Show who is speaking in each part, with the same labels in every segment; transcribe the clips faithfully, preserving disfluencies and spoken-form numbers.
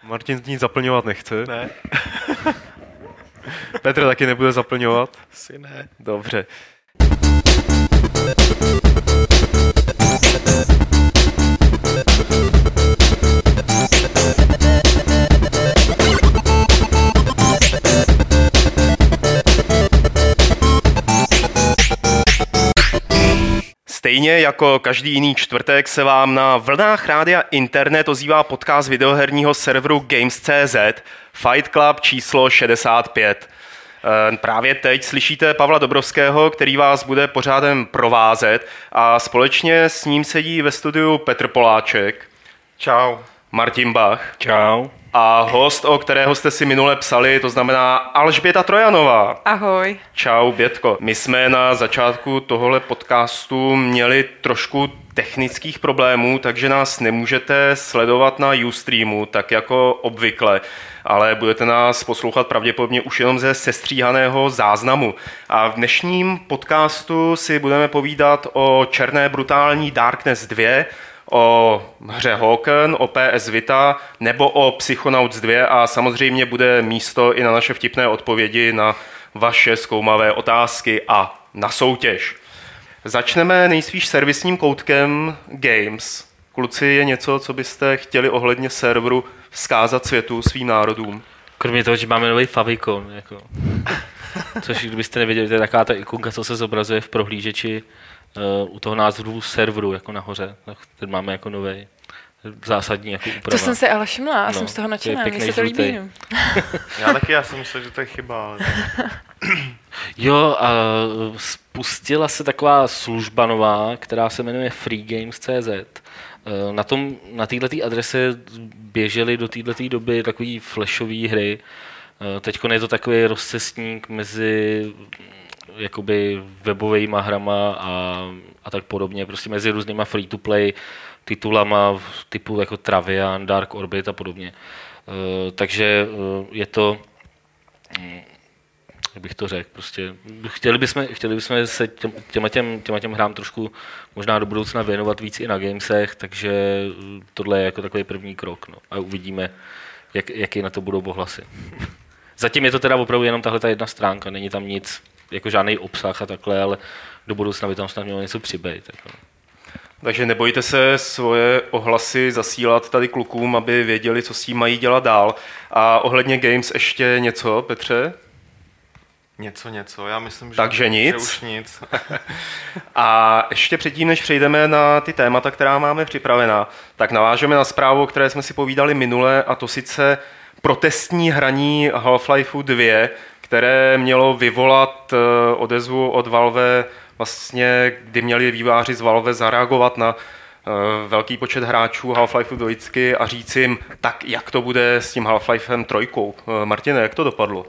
Speaker 1: Martin nic zaplňovat nechce.
Speaker 2: Ne.
Speaker 1: Petr taky nebude zaplňovat?
Speaker 2: Asi ne.
Speaker 1: Dobře. Stejně jako každý jiný čtvrtek se vám na vlnách rádia Internet ozývá podcast videoherního serveru Games tečka cé zet Fight Club číslo šedesát pět. Právě teď slyšíte Pavla Dobrovského, který vás bude pořádem provázet a společně s ním sedí ve studiu Petr Poláček.
Speaker 2: Čau.
Speaker 1: Martin Bach.
Speaker 3: Čau.
Speaker 1: A host, o kterého jste si minule psali, to znamená Alžběta Trojanová.
Speaker 4: Ahoj.
Speaker 1: Čau, Bětko. My jsme na začátku tohohle podcastu měli trošku technických problémů, takže nás nemůžete sledovat na Ustreamu, tak jako obvykle, ale budete nás poslouchat pravděpodobně už jenom ze sestříhaného záznamu. A v dnešním podcastu si budeme povídat o černé brutální Darkness dva, o hře Hawken, o P S Vita nebo o Psychonauts dva a samozřejmě bude místo i na naše vtipné odpovědi na vaše zkoumavé otázky a na soutěž. Začneme nejspíš servisním koutkem Games. Kluci, je něco, co byste chtěli ohledně serveru vzkázat světu, svým národům?
Speaker 3: Kromě toho, že máme nový favicon, jako. Což kdybyste nevěděli, to je taková ta ikonka, co se zobrazuje v prohlížeči uh, u toho názvu serveru, jako nahoře. Ten máme jako novej. Zásadní jako úprava.
Speaker 4: To jsem si ale všimla a
Speaker 3: no,
Speaker 4: jsem z toho nadšená,
Speaker 3: to
Speaker 4: mně se to líbí.
Speaker 2: Já taky, já jsem myslel, že to je chyba. Ale...
Speaker 3: Jo, a spustila se taková služba nová, která se jmenuje free games tečka cé zet. Na tom, na této adrese běžely do této doby takové flashové hry. Teď je to takový rozcestník mezi jakoby webovými hrama a, a tak podobně, prostě mezi různýma free-to-play titulama typu jako Travian, Dark Orbit a podobně. Takže je to, jak bych to řekl, prostě chtěli bychom, chtěli bychom se těm, těma, těm, těma těm hrám trošku možná do budoucna věnovat víc i na Gamesech, takže tohle je jako takový první krok, no. A uvidíme, jak, jaký na to budou ohlasy. Zatím je to teda opravdu jenom tahle ta jedna stránka, není tam nic, jako žádný obsah a takhle, ale do budoucna by tam snad mělo něco přibejt. Jako.
Speaker 1: Takže nebojte se svoje ohlasy zasílat tady klukům, aby věděli, co s tím mají dělat dál. A ohledně Games ještě něco, Petře?
Speaker 2: Něco, něco, já myslím, že,
Speaker 1: Takže nic.
Speaker 2: že už nic.
Speaker 1: A ještě předtím, než přejdeme na ty témata, která máme připravená, tak navážeme na zprávu, o které jsme si povídali minule, a to sice protestní hraní Half-Life dva, které mělo vyvolat odezvu od Valve, vlastně, kdy měli vývojáři z Valve zareagovat na velký počet hráčů Half-Life dva a říct jim, tak jak to bude s tím Half-Lifem tři. Martine, jak to dopadlo?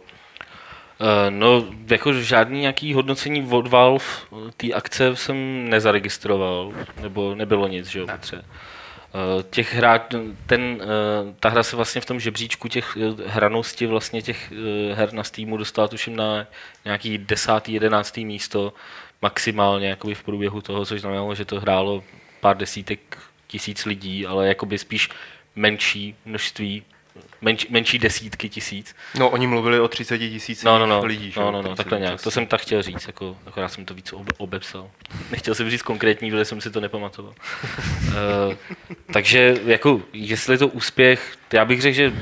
Speaker 3: No, jako žádný nějaký hodnocení od Valve té akce jsem nezaregistroval, nebo nebylo nic, že jo, Petře. Těch hráč, ten, ta hra se vlastně v tom žebříčku těch hranosti vlastně těch her na Steamu dostala tuším na nějaký desátý, jedenáctý místo maximálně jakoby v průběhu toho, což znamenalo, že to hrálo pár desítek tisíc lidí, ale jakoby spíš menší množství, menší, menší desítky tisíc.
Speaker 1: No, oni mluvili o třicet tisíc
Speaker 3: no, no, no,
Speaker 1: lidí.
Speaker 3: No, no, no, takhle nějak. To jsem tak chtěl říct, jako, akorát jsem to víc obepsal. Nechtěl jsem říct konkrétní, protože jsem si to nepamatoval. uh, takže, jako, jestli je to úspěch, já bych řekl, že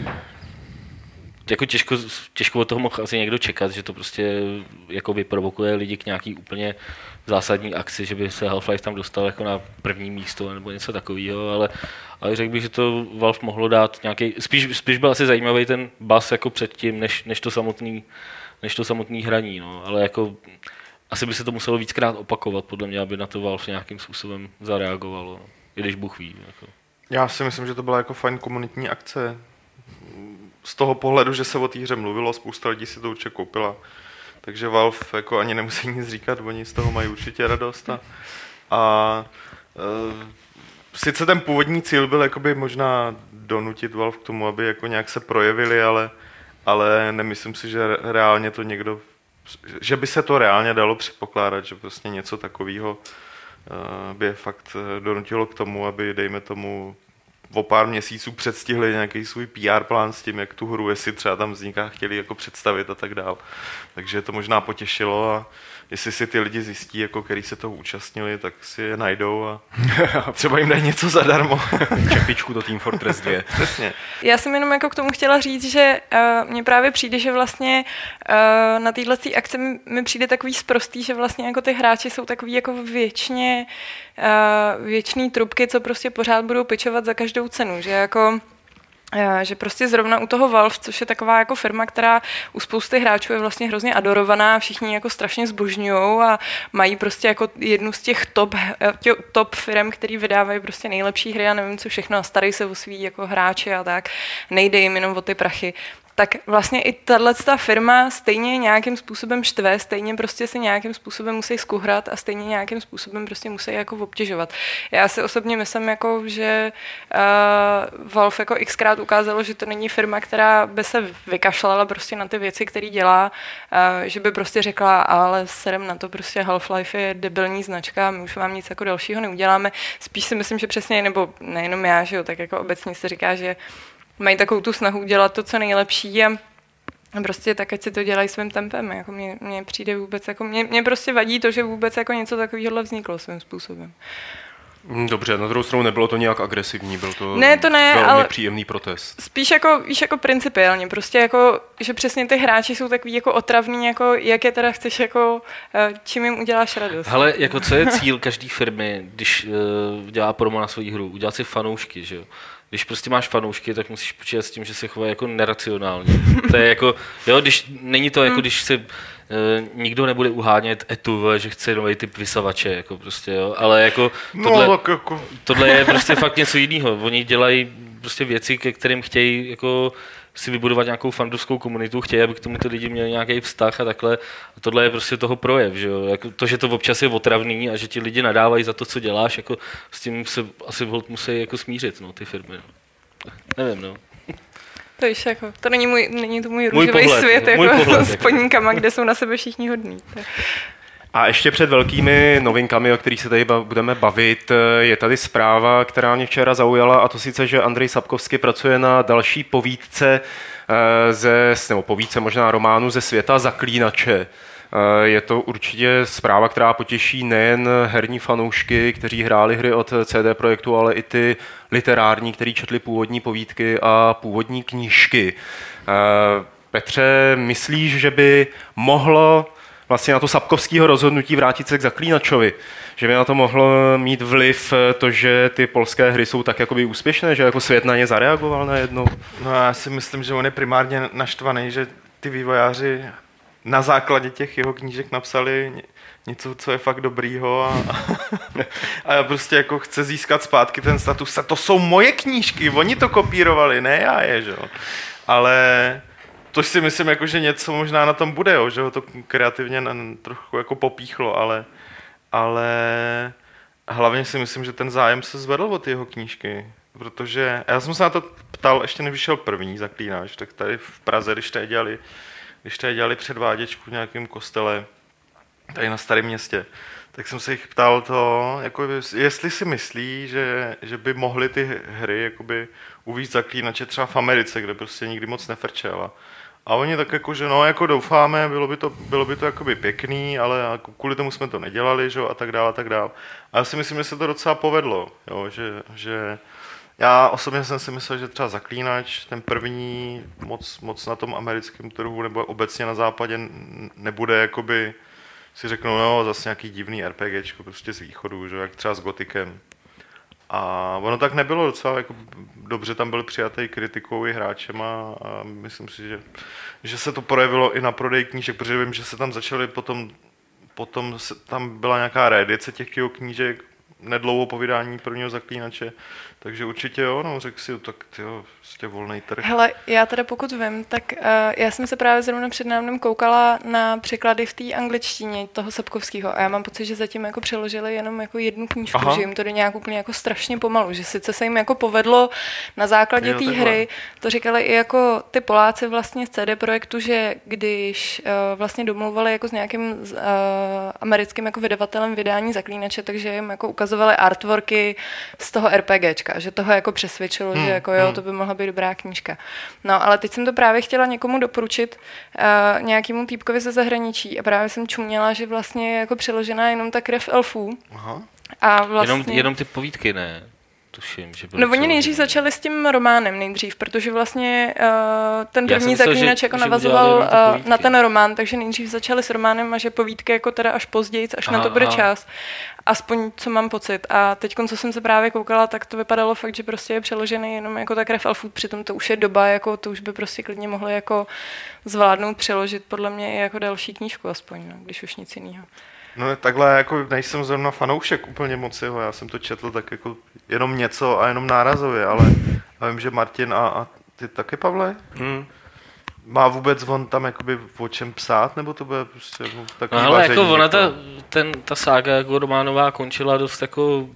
Speaker 3: jako těžko, těžko od toho mohl asi někdo čekat, že to prostě jako vyprovokuje lidi k nějaký úplně zásadní akci, že by se Half-Life tam dostal jako na první místo nebo něco takového, ale, ale řekl bych, že to Valve mohlo dát nějaký, spíš, spíš byl asi zajímavý ten buzz jako předtím, než, než to samotný, než to samotný hraní, no, ale jako asi by se to muselo víckrát opakovat, podle mě, aby na to Valve nějakým způsobem zareagovalo, i když Bůh ví. Jako.
Speaker 2: Já si myslím, že to byla jako fajn komunitní akce. Z toho pohledu, že se o té hře mluvilo, spousta lidí si to určitě koupila. Takže Valve jako ani nemusí nic říkat, oni z toho mají určitě radost. A, a e, sice ten původní cíl byl jakoby možná donutit Valve k tomu, aby jako nějak se projevili, ale, ale nemyslím si, že reálně to někdo, že by se to reálně dalo předpokládat, že prostě něco takového e, by fakt donutilo k tomu, aby, dejme tomu, o pár měsíců předstihli nějaký svůj P R plán s tím, jak tu hru, jestli třeba tam vzniká, chtěli jako představit a tak dál. Takže to možná potěšilo a jestli si ty lidi zjistí, jako který se toho účastnili, tak si je najdou a třeba jim dají něco zadarmo.
Speaker 1: Čepičku do Team Fortress dva.
Speaker 2: Přesně.
Speaker 4: Já jsem jenom jako k tomu chtěla říct, že uh, mně právě přijde, že vlastně uh, na této akci mi, mi přijde takový sprostý, že vlastně jako ty hráči jsou takový jako věčně uh, věčný trubky, co prostě pořád budou pičovat za každou cenu, že jako že prostě zrovna u toho Valve, což je taková jako firma, která u spousty hráčů je vlastně hrozně adorovaná, všichni jako strašně zbožňujou a mají prostě jako jednu z těch top, těch top firm, který vydávají prostě nejlepší hry a nevím co všechno a starají se o svý jako hráče a tak, nejde jim jenom o ty prachy. Tak vlastně i tato firma stejně nějakým způsobem štve, stejně prostě si nějakým způsobem musí skuhrat a stejně nějakým způsobem prostě musí jako obtěžovat. Já si osobně myslím, jako, že uh, Valve jako xkrát ukázalo, že to není firma, která by se vykašlala prostě na ty věci, které dělá, uh, že by prostě řekla, ale serem na to prostě Half-Life je debilní značka, my už vám nic jako dalšího neuděláme. Spíš si myslím, že přesně, nebo nejenom já, že jo, tak jako obecně se říká, že mají takovou tu snahu dělat to, co nejlepší a prostě tak, ať si to dělají svým tempem. Jako mně, mně přijde vůbec, jako mě, mě prostě vadí to, že vůbec jako něco takového vzniklo svým způsobem.
Speaker 1: Dobře, na druhou stranu nebylo to nějak agresivní, byl to,
Speaker 4: ne, to ne,
Speaker 1: velmi
Speaker 4: ale
Speaker 1: příjemný protest.
Speaker 4: Spíš jako, víš, jako principiálně, prostě jako, že přesně ty hráči jsou takový jako otravní, jako jak je teda chceš, jako čím jim uděláš radost.
Speaker 3: Hele, jako co je cíl každé firmy, když uh, dělá promo na svou hru? Udělat si fanoušky, že jo? Když prostě máš fanoušky, tak musíš počítat s tím, že se chovají jako neracionálně. To je jako, jo, když není to jako, když se Uh, nikdo nebude uhánět etu, že chce nový typ vysavače, jako prostě, jo, ale jako tohle,
Speaker 2: no, tak jako
Speaker 3: tohle je prostě fakt něco jiného. Oni dělají prostě věci, ke kterým chtějí jako si vybudovat nějakou fandovskou komunitu, chtějí, aby k tomu ty lidi měli nějaký vztah a takhle. A tohle je prostě toho projev, že jo. Jako to, že to občas je otravný a že ti lidi nadávají za to, co děláš, jako s tím se asi holt musí jako smířit, no, ty firmy. No. Nevím, no.
Speaker 4: To, víš, jako, to není, můj, není to můj růžový můj pohled, svět jako, pohled, s podnikama, kde jsou na sebe všichni hodní.
Speaker 1: A ještě před velkými novinkami, o kterých se tady budeme bavit, je tady zpráva, která mě včera zaujala, a to sice, že Andrej Sapkovský pracuje na další povídce, ze, nebo povídce možná románu ze světa Zaklínače. Je to určitě zpráva, která potěší nejen herní fanoušky, kteří hráli hry od C D Projektu, ale i ty literární, kteří četli původní povídky a původní knížky. Petře, myslíš, že by mohlo vlastně na to Sapkovského rozhodnutí vrátit se k Zaklínačovi, že by na to mohlo mít vliv to, že ty polské hry jsou tak jakoby úspěšné, že jako svět na ně zareagoval najednou?
Speaker 2: No já si myslím, že on je primárně naštvaný, že ty vývojáři na základě těch jeho knížek napsali něco, co je fakt dobrýho a, a já prostě jako chce získat zpátky ten status. A to jsou moje knížky, oni to kopírovali, ne já je, že jo. Ale to si myslím, jako, že něco možná na tom bude, jo, že ho to kreativně trochu jako popíchlo, ale, ale hlavně si myslím, že ten zájem se zvedl od jeho knížky, protože já jsem se na to ptal, ještě nevyšel první Zaklínač, tak tady v Praze, když tady dělali Když tady dělali předváděčku v nějakém kostele, tady na Starém Městě, tak jsem se jich ptal to, jako jestli si myslí, že, že by mohly ty hry jakoby uvíct Zaklínače třeba v Americe, kde prostě nikdy moc nefrčela. A oni tak jako, že no, jako doufáme, bylo by to, bylo by to jakoby pěkný, ale jako kvůli tomu jsme to nedělali, že, a tak dále, a tak dále. A já si myslím, že se to docela povedlo, jo, že, že já osobně jsem si myslel, že třeba Zaklínač, ten první, moc, moc na tom americkém trhu nebo obecně na západě nebude jakoby, si řeknou, no zase nějaký divný RPGčko prostě z východu, že, jak třeba s Gothikem. A ono tak nebylo docela, jako dobře tam byl přijatý kritikou i hráčem a, a myslím si, že, že se to projevilo i na prodej knížek, protože vím, že se tam začaly potom, potom se, tam byla nějaká reedice těch jeho knížek, nedlouho po vydání prvního Zaklínače, takže určitě jo, no, řekl si, tak tyjo, prostě volnej trh.
Speaker 4: Hele, já teda pokud vím, tak uh, já jsem se právě zrovna přednávnem koukala na překlady v té angličtině toho Sapkovského a já mám pocit, že zatím jako přeložili jenom jako jednu knížku, Aha. že jim to jde nějak úplně jako strašně pomalu, že sice se jim jako povedlo na základě té hry, to říkali i jako ty Poláci vlastně z C D Projektu, že když uh, vlastně domluvali jako s nějakým uh, americkým jako vydavatelem vydání Zaklínače, takže jim jako ukazovali artworky z toho RPGčka. a že toho jako přesvědčilo, hmm. že jako jo, to by mohla být dobrá knížka. No, ale teď jsem to právě chtěla někomu doporučit, uh, nějakému týpkovi ze zahraničí a právě jsem čuměla, že vlastně je jako přeložená jenom ta krev elfů.
Speaker 2: Aha.
Speaker 4: A vlastně...
Speaker 3: jenom, jenom ty povídky, ne? Tuším, že
Speaker 4: no oni nejdřív začali s tím románem nejdřív, protože vlastně uh, ten první myslel, zaklínač že, jako že navazoval uh, na ten román, takže nejdřív začali s románem a že povídky jako teda až později, až aha, na to bude aha. čas. Aspoň co mám pocit. A teď, co jsem se právě koukala, tak to vypadalo fakt, že prostě je přeložený jenom jako ta krev elfů, přitom to už je doba, jako to už by prostě klidně mohli jako zvládnout přeložit podle mě i jako další knížku aspoň, no, když už nic jiného.
Speaker 2: No takhle jako nejsem zrovna fanoušek úplně moc jeho, já jsem to četl tak jako jenom něco a jenom nárazově, ale já vím, že Martin a, a ty taky, Pavle? Hmm. Má vůbec on tam jakoby o čem psát, nebo to bude prostě takový
Speaker 3: no, ale
Speaker 2: vaření?
Speaker 3: jako ona, ta, ten, ta sága jako románová končila dost jako,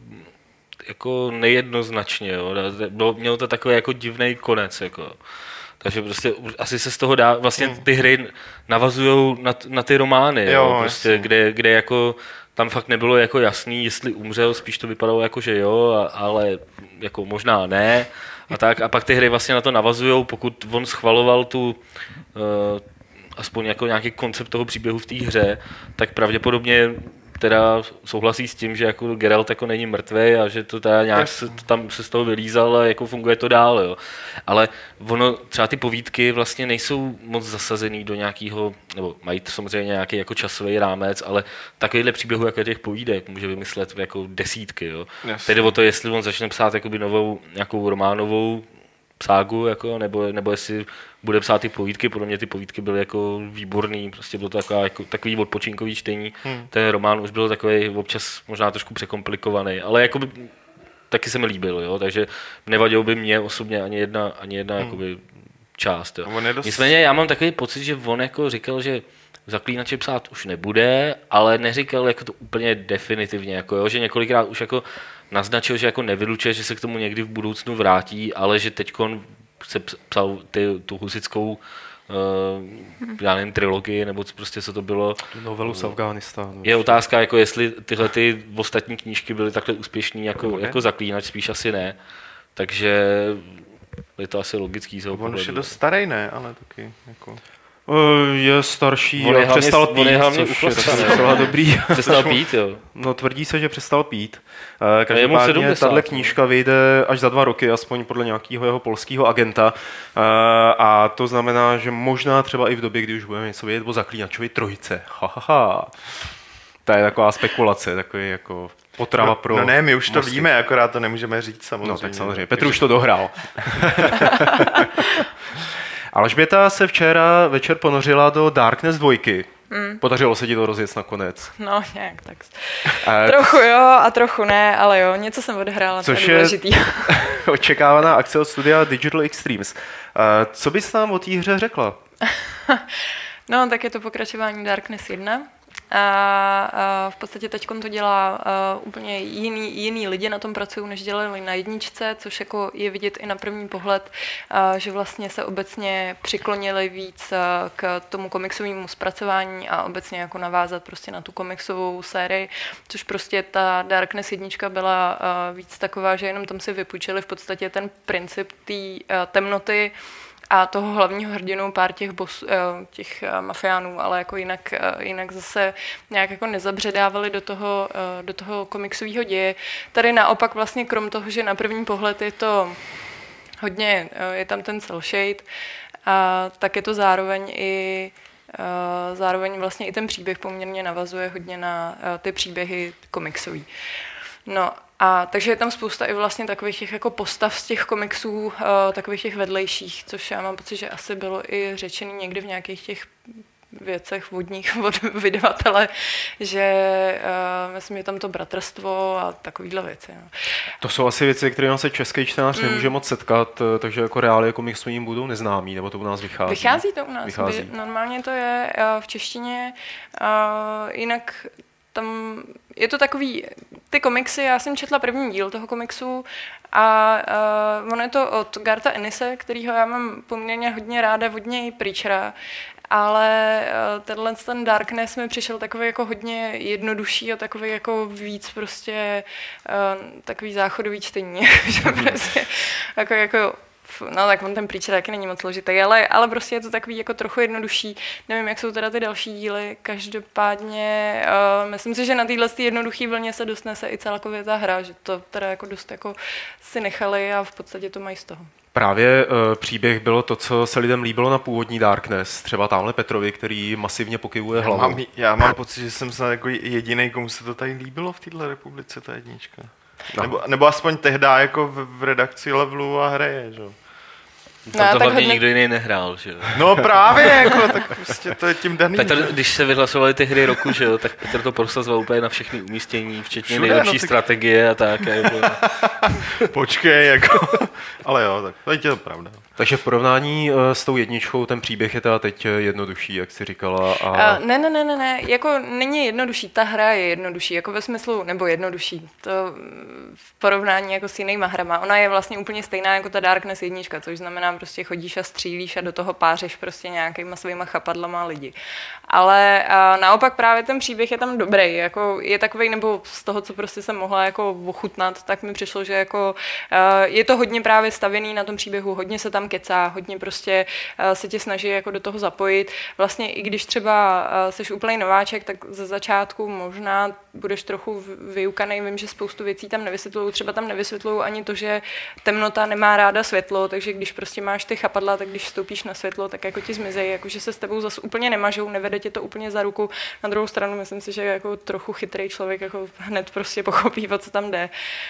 Speaker 3: jako nejednoznačně, jo. Mělo to takový jako divný konec, jako. Takže prostě asi se z toho dá, vlastně ty hry navazujou na, na ty romány, jo, jo, prostě, kde, kde jako tam fakt nebylo jako jasný, jestli umřel, spíš to vypadalo jako, že jo, ale jako možná ne a tak. A pak ty hry vlastně na to navazujou, pokud on schvaloval tu uh, aspoň jako nějaký koncept toho příběhu v té hře, tak pravděpodobně teda souhlasí s tím, že jako Geralt jako není mrtvý a že to teda nějak se, to tam se z toho vylízal a jako funguje to dál, jo. Ale ono, třeba ty povídky vlastně nejsou moc zasazený do nějakého, nebo mají samozřejmě nějaký jako časový rámec, ale takovýhle příběhů jako těch povídek může vymyslet jako desítky, jo. Tedy o to, jestli on začne psát jakoby novou nějakou románovou ságu, jako, nebo, nebo jestli bude psát ty povídky, podle mě ty povídky byly jako výborný, prostě bylo to taková, jako, takový odpočinkový čtení, hmm. ten román už byl takový občas možná trošku překomplikovaný, ale jakoby, taky se mi líbil, jo, takže nevadilo by mě osobně ani jedna, ani jedna hmm. jakoby, část. Jo. Dost... Nicméně já mám takový pocit, že on jako říkal, že Zaklínače psát už nebude, ale neříkal jako to úplně definitivně, jako, jo, že několikrát už jako naznačil, že jako nevylučuje, že se k tomu někdy v budoucnu vrátí, ale že teďkon se psal ty, tu husitskou uh, já nevím, trilogii, nebo co, prostě co to bylo.
Speaker 1: Novelu z Afghánistánu.
Speaker 3: Je otázka, jako jestli tyhle ty ostatní knížky byly takhle úspěšný jako, jako Zaklínač, spíš asi ne. Takže je to asi logický.
Speaker 2: On už je dost starý, ne? Ale taky jako...
Speaker 1: Je starší, on je hlavně, přestal pít, což je docela dobrý.
Speaker 3: Přestal pít, jo?
Speaker 1: No tvrdí se, že přestal pít. Každopádně tahle knížka vyjde až za dva roky, aspoň podle nějakého jeho polského agenta. A to znamená, že možná třeba i v době, kdy už budeme něco vědět o Zaklínačovi trojice. Ha, ha, ha. To je taková spekulace, takový jako potrava
Speaker 2: no,
Speaker 1: pro...
Speaker 2: No ne, my už to mozky. Víme, akorát to nemůžeme říct samozřejmě.
Speaker 1: No tak samozřejmě, Petr už to dohrál. Alžběta se včera večer ponořila do Darkness dva. Mm. Podařilo se ti to rozjet nakonec?
Speaker 4: No, nějak tak. A trochu jo a trochu ne, ale jo, něco jsem odehrála,
Speaker 1: což je důležitý. Očekávaná akce od studia Digital Extremes. Co bys nám o té hře řekla?
Speaker 4: No, tak je to pokračování Darkness jedna. A, a v podstatě teď to dělá uh, úplně jiný, jiný lidi na tom pracují, než dělali na jedničce, což jako je vidět i na první pohled, uh, že vlastně se obecně přiklonili víc uh, k tomu komiksovému zpracování a obecně jako navázat prostě na tu komiksovou sérii, což prostě ta Darkness jednička byla uh, víc taková, že jenom tam si vypůjčili v podstatě ten princip té uh, temnoty a toho hlavního hrdinu, pár těch, boss, těch mafiánů, ale jako jinak, jinak zase nějak jako nezabředávali do toho, do toho komiksového děje. Tady naopak vlastně krom toho, že na první pohled je to hodně, je tam ten cel shade, a tak je to zároveň i zároveň vlastně i ten příběh poměrně navazuje hodně na ty příběhy komiksový. No a takže je tam spousta i vlastně takových těch jako postav z těch komiksů, uh, takových těch vedlejších, což já mám pocit, že asi bylo i řečený někdy v nějakých těch věcech vodních od vydavatele, že uh, myslím, je tam to bratrstvo a takovýhle věci. No.
Speaker 1: To jsou asi věci, které se český čtenář mm. nemůže moc setkat, takže jako reálie komiksovým budou neznámý, nebo to u nás vychází?
Speaker 4: Vychází to u nás.
Speaker 1: Vychází.
Speaker 4: By, normálně to je uh, v češtině, uh, jinak tam je to takový, ty komiksy, já jsem četla první díl toho komiksu a uh, ono je to od Garta Ennise, kterýho já mám poměrně hodně ráda, od něj Preachera. ale uh, tenhle ten Darkness mi přišel takový jako hodně jednodušší a takový jako víc prostě uh, takový záchodový čtení, že prostě jako, jako no tak on ten Preacher taky není moc složitý, ale, ale prostě je to takový jako trochu jednodušší. Nevím, jak jsou teda ty další díly, každopádně uh, myslím si, že na téhle jednoduché vlně se dostane i celkově ta hra, že to teda jako dost jako si nechali a v podstatě to mají z toho.
Speaker 1: Právě uh, příběh bylo to, co se lidem líbilo na původní Darkness, třeba tamhle Petrovi, který masivně pokyvuje hlavou.
Speaker 2: Já mám, já mám pocit, že jsem snad jako jedinej, komu se to tady líbilo v této republice, ta jednička. No. Nebo, nebo aspoň tehdy jako v, v redakci Levelu a hraje, že jo.
Speaker 3: Tam
Speaker 4: No,
Speaker 3: to hlavně
Speaker 4: hodně...
Speaker 3: nikdo jiný nehrál, že jo.
Speaker 2: No právě, jako, tak prostě to je tím daný.
Speaker 3: Petr, když se vyhlasovali ty hry roku, že jo, tak Petr to prosazoval úplně na všechny umístění, včetně
Speaker 2: Všude,
Speaker 3: nejlepší
Speaker 2: no, ty...
Speaker 3: strategie a tak. A jako...
Speaker 2: Počkej, jako. Ale jo, tak teď je to pravda.
Speaker 1: Takže v porovnání s tou jedničkou ten příběh je teda teď jednodušší, jak jsi říkala. A...
Speaker 4: Uh, ne, ne, ne, ne, ne, jako není jednodušší, ta hra je jednodušší, jako ve smyslu, nebo jednodušší, to v porovnání jako s jinýma hrama. Ona je vlastně úplně stejná jako ta Darkness jednička, což znamená prostě chodíš a střílíš a do toho pářeš prostě nějakýma svýma chapadlama lidi. Ale uh, naopak právě ten příběh je tam dobrý, jako je takovej, nebo z toho, co prostě jsem mohla jako ochutnat, tak mi přišlo, že jako uh, je to hodně právě stavěný na tom příběhu, hodně se tam kecá, hodně prostě uh, se tě snaží jako do toho zapojit. Vlastně i když třeba uh, seš úplný nováček, tak ze začátku možná budeš trochu vyukanej, vím, že spoustu věcí tam nevysvětlují, třeba tam nevysvětlují ani to, že temnota nemá ráda světlo, takže když prostě máš ty chapadla, tak když vstoupíš na světlo, tak jako ti zmizej, jako že se s tebou zase úplně nemažou, nevede tě to úplně za ruku. Na druhou stranu myslím si, že jako trochu chytrý člověk jako hned prostě pochopí, o co tam jde.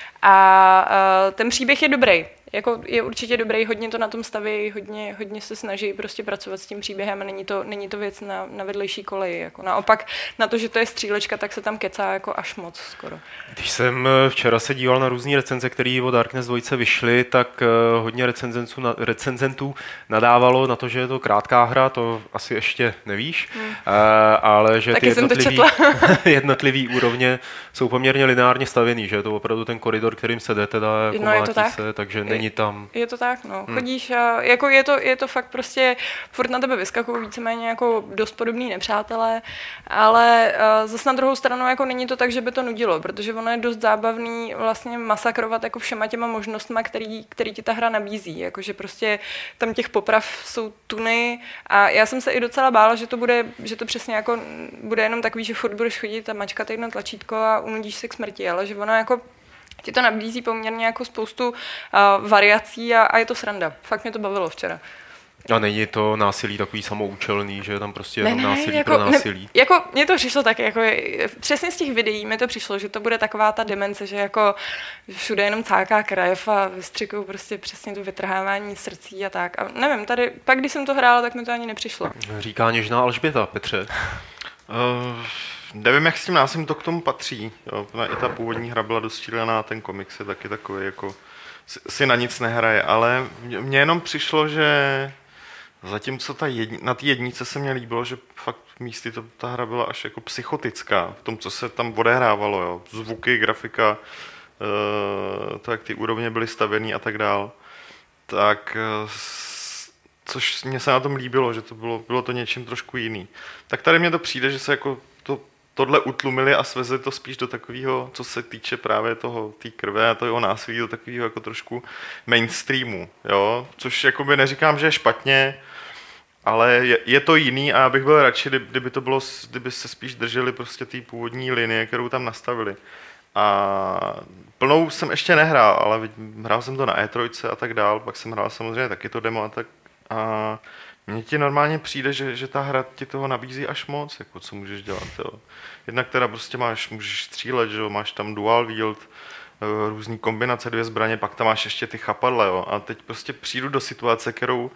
Speaker 4: A uh, ten příběh je dobrý. Jako je určitě dobrý, hodně to na tom staví, hodně, hodně se snaží prostě pracovat s tím příběhem a není to, není to věc na, na vedlejší koleji. Jako naopak na to, že to je střílečka, tak se tam kecá jako až moc skoro.
Speaker 1: Když jsem včera se díval na různé recenze, které o Darkness dva vyšly, tak uh, hodně recenzentů, na, recenzentů nadávalo na to, že je to krátká hra, to asi ještě nevíš, hmm. uh, ale že
Speaker 4: taky
Speaker 1: ty jednotlivý, jednotlivý úrovně jsou poměrně lineárně stavěný, že je to opravdu ten koridor, kterým se jde, teda jako no, mátí tak. se, takže není tam.
Speaker 4: Je to tak, no. Hmm. Chodíš a jako je to, je to fakt prostě, furt na tebe vyskakují víceméně jako dost podobný nepřátelé, ale uh, zase na druhou stranu jako není to tak, že by to nudilo, protože ono je dost zábavný vlastně masakrovat jako všema těma možnostma, který, který ti ta hra nabízí, jakože prostě tam těch poprav jsou tuny a já jsem se i docela bála, že to bude, že to přesně jako bude jenom takový, že furt budeš chodit a mačkat jedno tlačítko a unudíš se k smrti, ale že ono jako ti to nabízí poměrně jako spoustu uh, variací a, a je to sranda. Fakt mě to bavilo včera.
Speaker 1: A není to násilí takový samoučelný, že je tam prostě
Speaker 4: ne,
Speaker 1: jenom
Speaker 4: ne,
Speaker 1: násilí
Speaker 4: jako,
Speaker 1: pro násilí?
Speaker 4: Ne, jako mně to přišlo tak, jako je, přesně z těch videí mi to přišlo, že to bude taková ta demence, že jako všude jenom cáká krev a vystřikují prostě přesně to vytrhávání srdcí a tak. A nevím, tady, pak když jsem to hrála, tak mi to ani nepřišlo.
Speaker 1: Říká něžná Alžběta, Petře.
Speaker 2: Uh... Nevím, jak s tím násilím to k tomu patří. Jo. I ta původní hra byla dost šílená, ten komiks je taky takový, jako si na nic nehraje, ale mně jenom přišlo, že zatímco ta jedni, na té jednice se mně líbilo, že fakt místy to, ta hra byla až jako psychotická v tom, co se tam odehrávalo. Jo. Zvuky, grafika, to, jak ty úrovně byly stavěný a tak dál. Tak což mě se na tom líbilo, že to bylo, bylo to něčím trošku jiný. Tak tady mně to přijde, že se jako to, tohle utlumili a svezli to spíš do takového, co se týče právě toho, té krve a toho násilí, do takového jako trošku mainstreamu, jo? Což jakoby neříkám, že je špatně, ale je, je to jiný a já bych byl radši, kdyby to bylo, kdyby se spíš drželi prostě té původní linie, kterou tam nastavili. A plnou jsem ještě nehrál, ale hrál jsem to na E tři a tak dál, pak jsem hrál samozřejmě taky to demo a tak a mně ti normálně přijde, že, že ta hra ti toho nabízí až moc, jako co můžeš dělat, jo. Jednak teda prostě máš, můžeš střílet, že jo, máš tam dual wield, různý kombinace, dvě zbraně, pak tam máš ještě ty chapadle, jo. A teď prostě přijdu do situace, kterou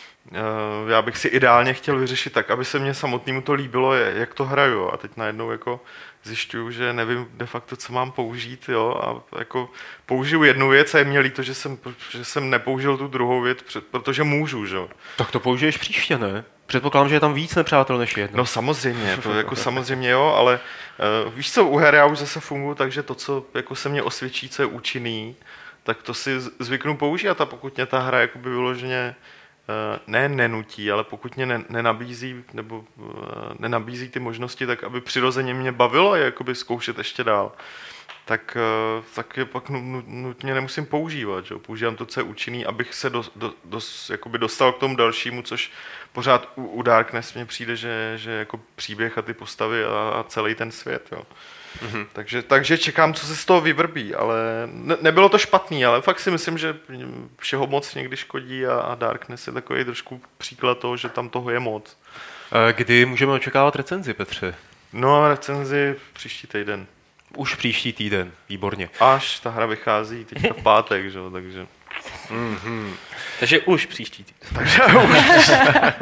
Speaker 2: já bych si ideálně chtěl vyřešit tak, aby se mně samotnému to líbilo, jak to hraju. A teď najednou jako zjišťuju, že nevím de facto, co mám použít, jo, a jako použiju jednu věc a je mě líto, že jsem, že jsem nepoužil tu druhou věc, protože můžu, že jo.
Speaker 1: Tak to použiješ příště, ne? Předpokládám, že je tam víc nepřátel než jedno.
Speaker 2: No samozřejmě, to jako samozřejmě jo, ale uh, víš co, u her já už zase funguji, takže to, co jako se mě osvědčí, co je účinný, tak to si zvyknu používat a pokud mě ta hra jakoby vyloženě ne nenutí, ale pokud mě ne, nenabízí nebo nenabízí ty možnosti, tak aby přirozeně mě bavilo je jakoby zkoušet ještě dál, tak, tak je pak nutně nemusím používat. Že? Používám to, co je účinný, abych se do, do, do, jakoby dostal k tomu dalšímu, což pořád u, u Darkness mně přijde, že, že jako příběh a ty postavy a, a celý ten svět. Jo. Mm-hmm. Takže, takže čekám, co se z toho vyvrbí, ale ne, nebylo to špatný, ale fakt si myslím, že všeho moc někdy škodí a, a Darkness je takový trošku příklad toho, že tam toho je moc.
Speaker 1: Kdy můžeme očekávat recenzi, Petře?
Speaker 2: No, recenzi příští týden.
Speaker 1: Už příští týden, výborně.
Speaker 2: Až ta hra vychází teďka v pátek, že? Takže...
Speaker 3: Mm-hmm. Takže už příští týden.
Speaker 2: Takže už.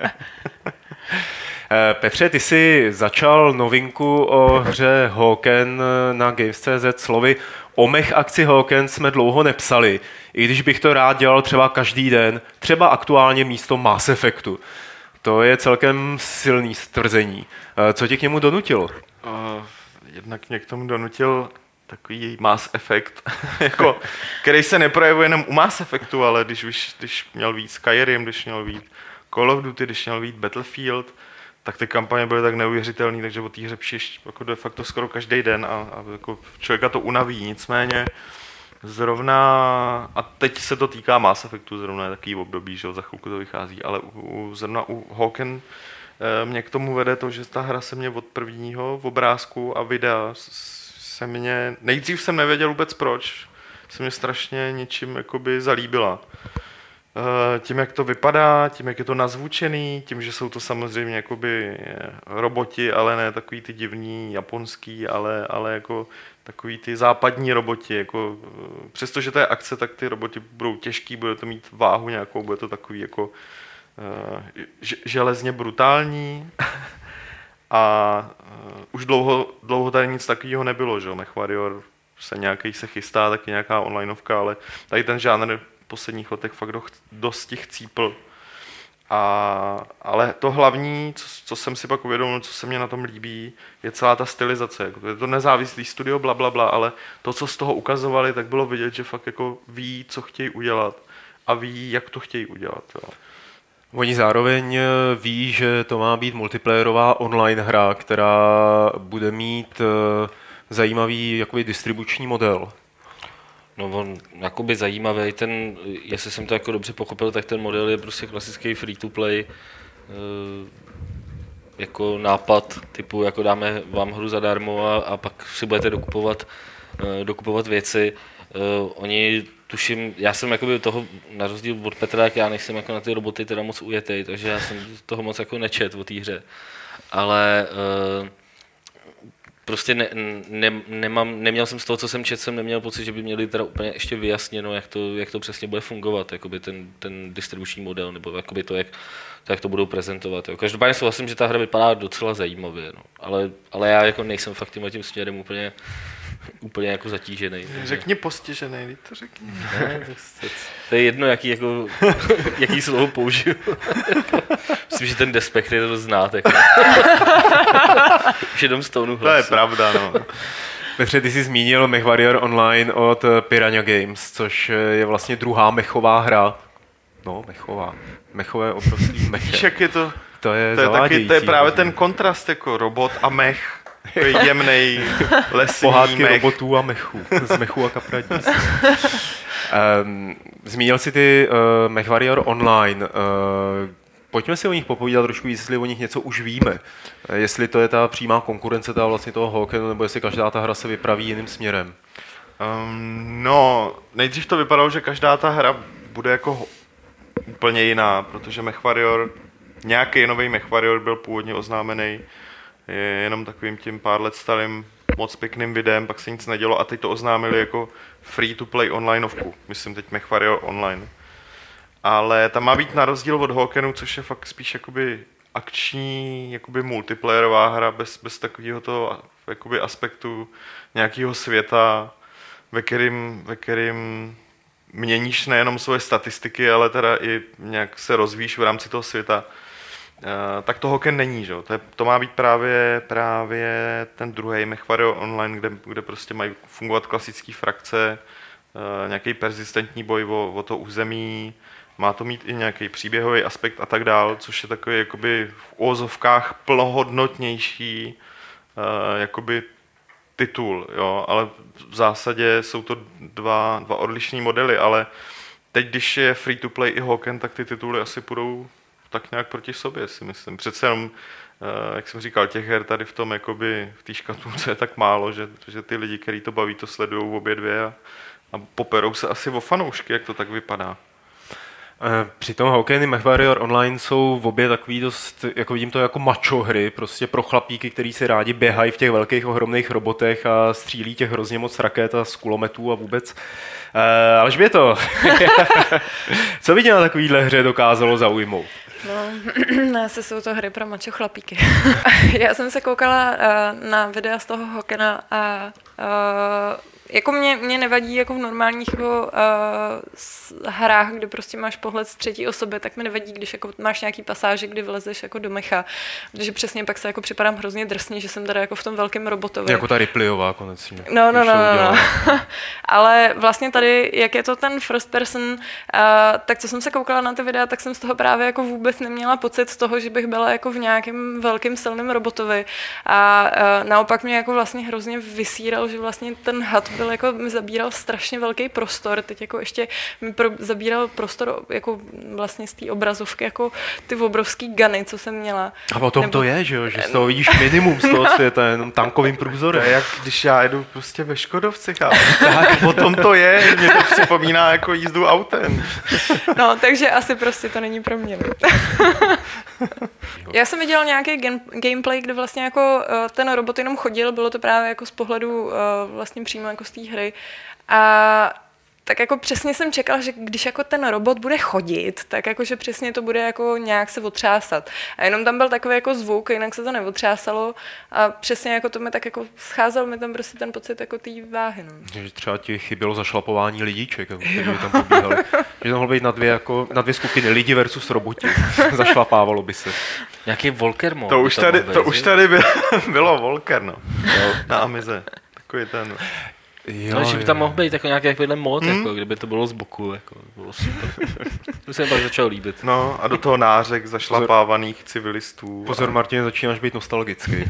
Speaker 1: Petře, ty jsi začal novinku o hře Hawken na Games tečka cé zet slovy o mech akci Hawken jsme dlouho nepsali, i když bych to rád dělal třeba každý den, třeba aktuálně místo Mass Effectu. To je celkem silný stvrzení. Co tě k němu donutilo?
Speaker 2: Uh, jednak mě k tomu donutil takový Mass Effect, jako, který se neprojevuje jenom u Mass Effectu, ale když, když, když měl víc Skyrim, když měl víc Call of Duty, když měl víc Battlefield, tak ty kampaně byly tak neuvěřitelné, takže o té hře přiš jako de facto skoro každý den a, a jako člověka to unaví. Nicméně zrovna, a teď se to týká Mass Effectu, zrovna je takový období, že za chvilku to vychází, ale u, u, zrovna u Hawken e, mě k tomu vede to, že ta hra se mě od prvního obrázku a videa se mě, nejdřív jsem nevěděl vůbec proč, se mě strašně něčím jakoby zalíbila. Tím, jak to vypadá, tím, jak je to nazvučený, tím, že jsou to samozřejmě jakoby roboti, ale ne takový ty divní japonský, ale, ale jako takový ty západní roboti. Jako, přestože to je akce, tak ty roboti budou těžký, bude to mít váhu nějakou, bude to takový jako uh, železně brutální. A uh, už dlouho, dlouho tady nic takového nebylo, že MechWarrior se nějaký se chystá, taky nějaká onlineovka, ale tady ten žánr v posledních letech fakt do, dosti chcípl. A, ale to hlavní, co, co jsem si pak uvědomil, co se mě na tom líbí, je celá ta stylizace. Je to nezávislý studio, bla, bla, bla, ale to, co z toho ukazovali, tak bylo vidět, že fakt jako ví, co chtějí udělat a ví, jak to chtějí udělat. Jo.
Speaker 1: Oni zároveň ví, že to má být multiplayerová online hra, která bude mít zajímavý jakoby distribuční model.
Speaker 3: No on jakoby zajímavý, ten, jestli jsem to jako dobře pochopil, tak ten model je prostě klasický free-to-play jako nápad typu, jako dáme vám hru zadarmo a, a pak si budete dokupovat, dokupovat věci. Oni tuším, já jsem jakoby toho, na rozdíl od Petra, jak já nejsem jako na ty roboty teda moc ujetej, takže já jsem toho moc jako nečet o té hře. Ale prostě ne, ne, nemám, neměl jsem z toho, co jsem četl, jsem neměl pocit, že by měli teda úplně ještě vyjasněno, jak to, jak to přesně bude fungovat, jakoby ten, ten distribuční model, nebo jakoby to, jak to, jak to budou prezentovat. Jo. Každopádně souhlasím, že ta hra vypadá docela zajímavě, no. ale, ale já jako nejsem fakt tím, tím směrem úplně, úplně jako zatížený.
Speaker 2: Řekni postižený, teď to řekni.
Speaker 3: Ne, to, to je jedno, jaký, jako, jaký slovo použiju. Myslím, že ten despekt je to znát. Jako. Už jenom z tónu hlasu.
Speaker 2: To je pravda, no.
Speaker 1: Petře, ty jsi zmínil MechWarrior Online od Piranha Games, což je vlastně druhá mechová hra. No, mechová. Mechové otroctví meche.
Speaker 2: Jak je to,
Speaker 1: to je
Speaker 2: to je, taky, to je právě
Speaker 1: rozumím.
Speaker 2: ten kontrast, jako robot a mech. Jemnej, lesní
Speaker 1: Pohádky
Speaker 2: mech.
Speaker 1: robotů a mechů. Z mechů a kapradí. um, zmínil jsi ty uh, MechWarrior Online. Uh, pojďme si o nich popovídat trošku, jestli o nich něco už víme. Uh, jestli to je ta přímá konkurence ta vlastně toho Hawkenu, nebo jestli každá ta hra se vypraví jiným směrem.
Speaker 2: Um, no, nejdřív to vypadalo, že každá ta hra bude jako úplně jiná, protože MechWarrior, nějaký nový MechWarrior byl původně oznámený je jenom takovým tím pár let starým moc pěkným videem, pak se nic nedělo a teď to oznámili jako free-to-play onlineovku, myslím teď MechWarrior Online. Ale tam má být na rozdíl od Hawkenu, což je fakt spíš jakoby akční, jakoby multiplayerová hra bez, bez takového toho jakoby aspektu nějakého světa, ve kterým, ve kterým měníš nejenom svoje statistiky, ale teda i nějak se rozvíjíš v rámci toho světa. Uh, tak to Hawken není, že? To, je, to má být právě, právě ten druhý MechWarrior Online, kde, kde prostě mají fungovat klasické frakce, uh, nějaký persistentní boj o, o to území má to mít i nějaký příběhový aspekt a tak dál, což je takový jakoby v úvozovkách plnohodnotnější uh, jakoby titul, jo, ale v zásadě jsou to dva, dva odlišný modely, ale teď, když je free to play i Hawken, tak ty tituly asi půjdou tak nějak proti sobě, si myslím. Přece jenom, uh, jak jsem říkal, těch her tady v tom, jakoby v té škatulce je tak málo, že, že ty lidi, kteří to baví, to sledují obě dvě a, a poperou se asi o fanoušky, jak to tak vypadá.
Speaker 1: Přitom Hawken i MechWarrior Online jsou v obě takový dost, jako vidím to jako macho hry, prostě pro chlapíky, kteří si rádi běhají v těch velkých ohromných robotech a střílí těch hrozně moc raket a z kulometů a vůbec. Uh, Alžběto, co by tě na takovýhle hře dokázalo zaujmout?
Speaker 4: No, asi jsou to hry pro macho chlapíky. Já jsem se koukala uh, na videa z toho Hawkena a uh, jako mě, mě nevadí jako v normálních jako, uh, hrách, kde prostě máš pohled z třetí osoby, tak mi nevadí, když jako máš nějaký pasáže, kdy vlezeš jako do mecha, protože přesně pak se jako připadám hrozně drsně, že jsem tady jako v tom velkém robotovi.
Speaker 1: Jako ta Ripleyová konečně.
Speaker 4: No, no, no, no, no. Ale vlastně tady, jak je to ten first person, uh, tak co jsem se koukala na ty videa, tak jsem z toho právě jako vůbec neměla pocit z toho, že bych byla jako v nějakém velkém silném robotovi a uh, naopak mě jako vlastně hrozně vysíral, že vlastně ten had byl jako, mi zabíral strašně velký prostor, teď jako ještě mi pro, zabíral prostor jako vlastně z té obrazovky, jako ty obrovský guny, co jsem měla.
Speaker 1: A o tom Nebo... to je, že jo, že z toho vidíš minimum z toho světa, jenom tankovým průzorem.
Speaker 2: To je jak když já jedu prostě ve Škodovce, tak o tom to je, mě to připomíná jako jízdu autem.
Speaker 4: No, takže asi prostě to není pro mě. Já jsem viděla nějaký game, gameplay, kde vlastně jako uh, ten robot jenom chodil, bylo to právě jako z pohledu uh, vlastně přímo jako z té hry. A tak jako přesně jsem čekala, že když jako ten robot bude chodit, tak jako že přesně to bude jako nějak se otřásat. A jenom tam byl takový jako zvuk, jinak se to neotřásalo a přesně jako to mi tak jako scházel mi tam prostě ten pocit jako té váhy. No.
Speaker 1: Že třeba ti chybělo zašlapování lidíček, kteří by tam pobíhali. Že to mohlo být na dvě, jako, na dvě skupiny, lidi versus roboti. Zašlapávalo by se.
Speaker 3: Nějaký Volker mod.
Speaker 2: To už tady, to už tady bylo, bylo Volker, no. Na Amize. Takový ten.
Speaker 3: Jo, no, že by tam mohl být jako nějaký takovýhle mod, hmm? jako, kdyby to bylo z boku, jako, bylo super. To se mi pak začalo líbit.
Speaker 2: No a do toho nářek zašlapávaných civilistů.
Speaker 1: Pozor, a... Martin, začínáš být nostalgický.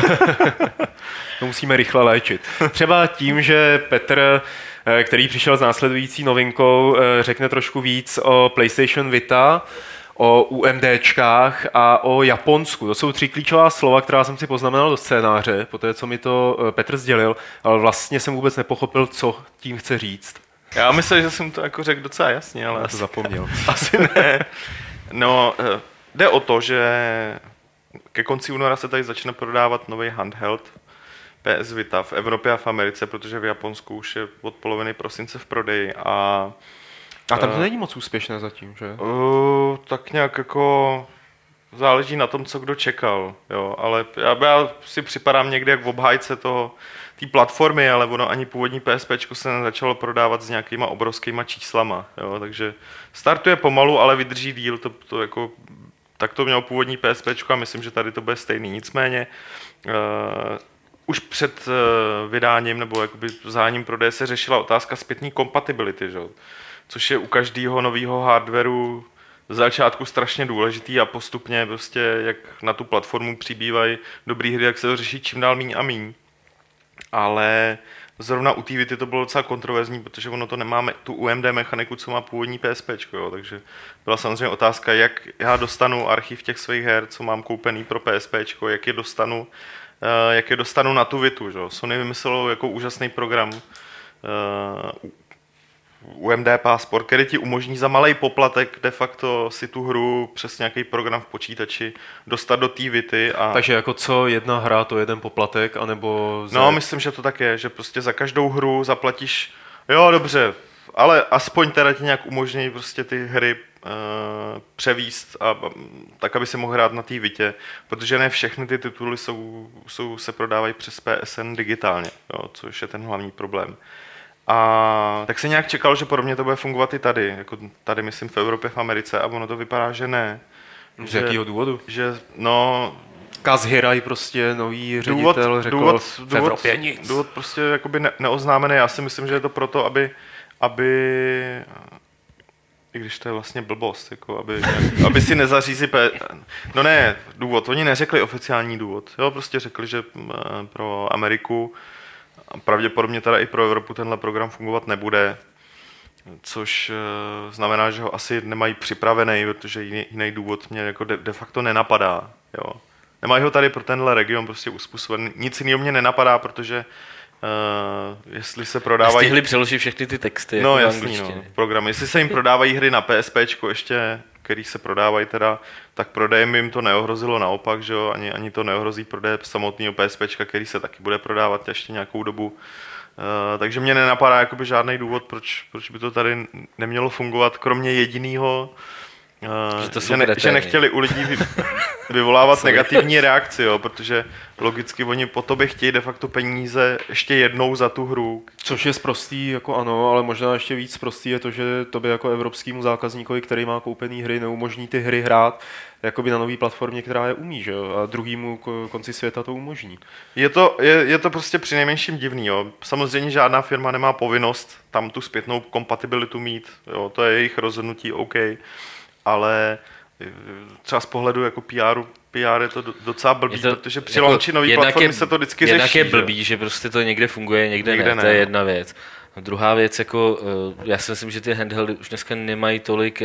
Speaker 1: To musíme rychle léčit. Třeba tím, že Petr, který přišel s následující novinkou, řekne trošku víc o PlayStation Vita, o UMDčkách a o Japonsku. To jsou tři klíčová slova, která jsem si poznamenal do scénáře, po té, co mi to Petr sdělil, ale vlastně jsem vůbec nepochopil, co tím chce říct.
Speaker 2: Já myslím, že jsem to jako řekl docela jasně, ale...
Speaker 1: Já to zapomněl.
Speaker 2: Asi ne. No, jde o to, že ke konci února se tady začne prodávat nový handheld P S Vita v Evropě a v Americe, protože v Japonsku už je od poloviny prosince v prodeji a
Speaker 1: A tam to není moc úspěšné zatím, že?
Speaker 2: Uh, tak nějak jako záleží na tom, co kdo čekal, jo, ale já, já si připadám někde jak v obhájce toho, té platformy, ale ono ani původní PSPčko se nezačalo prodávat s nějakýma obrovskýma číslama, jo, takže startuje pomalu, ale vydrží díl, to, to jako, tak to mělo původní PSPčko a myslím, že tady to bude stejný, nicméně uh, už před uh, vydáním nebo jakoby záním prodeje se řešila otázka zpětné kompatibility, že? Což je u každého nového hardwareu z začátku strašně důležitý a postupně prostě, jak na tu platformu přibývají dobrý hry, jak se to řeší čím dál míň a míň. Ale zrovna u té Vity to bylo docela kontroverzní, protože ono to nemá tu U M D mechaniku, co má původní PSPčko, jo. Takže byla samozřejmě otázka, jak já dostanu archiv těch svých her, co mám koupený pro PSPčko, jak je dostanu, uh, jak je dostanu na tu Vitu, jo. Sony vymyslelo jako úžasný program uh, U M D Passport, který ti umožní za malej poplatek de facto si tu hru přes nějaký program v počítači dostat do té Vity. A...
Speaker 1: Takže jako co jedna hra, to jeden poplatek, anebo...
Speaker 2: Za... No, myslím, že to tak je, že prostě za každou hru zaplatíš, jo, dobře, ale aspoň teda ti nějak umožní prostě ty hry uh, převíst a, tak, aby si mohl hrát na té Vitě, protože ne všechny ty tituly jsou, jsou, se prodávají přes P S N digitálně, jo, což je ten hlavní problém. A tak se nějak čekal, že podobně to bude fungovat i tady, jako tady myslím v Evropě, v Americe, a ono to vypadá, že ne.
Speaker 1: Z jakého důvodu?
Speaker 2: Že, no...
Speaker 1: Kaz Hirai prostě nový ředitel
Speaker 2: důvod,
Speaker 1: řekl
Speaker 2: důvod,
Speaker 1: v Evropě
Speaker 2: důvod,
Speaker 1: nic.
Speaker 2: Důvod prostě jakoby ne, neoznámený, já si myslím, že je to proto, aby, aby I když to je vlastně blbost, jako aby, aby si nezařízli... P... No ne, důvod, oni neřekli oficiální důvod. Jo, prostě řekli, že pro Ameriku a pravděpodobně teda i pro Evropu tenhle program fungovat nebude, což znamená, že ho asi nemají připravený, protože jiný, jiný důvod mě jako de, de facto nenapadá. Jo. Nemají ho tady pro tenhle region prostě uspůsoben. Nic jiného mě nenapadá, protože Uh, jestli se prodávají...
Speaker 3: Stihli přeložit všechny ty texty.
Speaker 2: No
Speaker 3: jako
Speaker 2: jasný, no, programy. Jestli se jim prodávají hry na PSPčko ještě, který se prodávají teda, tak prodejem jim to neohrozilo naopak, že jo, ani, ani to neohrozí prodej samotného PSPčka, který se taky bude prodávat ještě nějakou dobu. Uh, takže mě nenapadá jakoby žádný důvod, proč, proč by to tady nemělo fungovat, kromě jediného, Uh, že, že, ne, že nechtěli u lidí vy, vyvolávat negativní reakci, jo, protože logicky oni po tobě chtějí de facto peníze ještě jednou za tu hru.
Speaker 1: Což je sprostý, jako ano, ale možná ještě víc sprostý je to, že tobě jako evropskému zákazníkovi, který má koupený hry, neumožní ty hry hrát jakoby na nový platformě, která je umí, že jo, a druhýmu konci světa to umožní.
Speaker 2: Je to, je, je to prostě přinejmenším divný, jo. Samozřejmě žádná firma nemá povinnost tam tu zpětnou kompatibilitu mít, jo, to je jejich rozhodnutí, OK. Ale třeba z pohledu jako P R, P R je to docela blbý, je to, protože při jako launchi nový platformy je, se to vždycky řeší.
Speaker 3: Jednak je blbý, že? že prostě to někde funguje, někde, někde ne, ne, to je jedna věc. A druhá věc, jako, já si myslím, že ty handheldy už dneska nemají tolik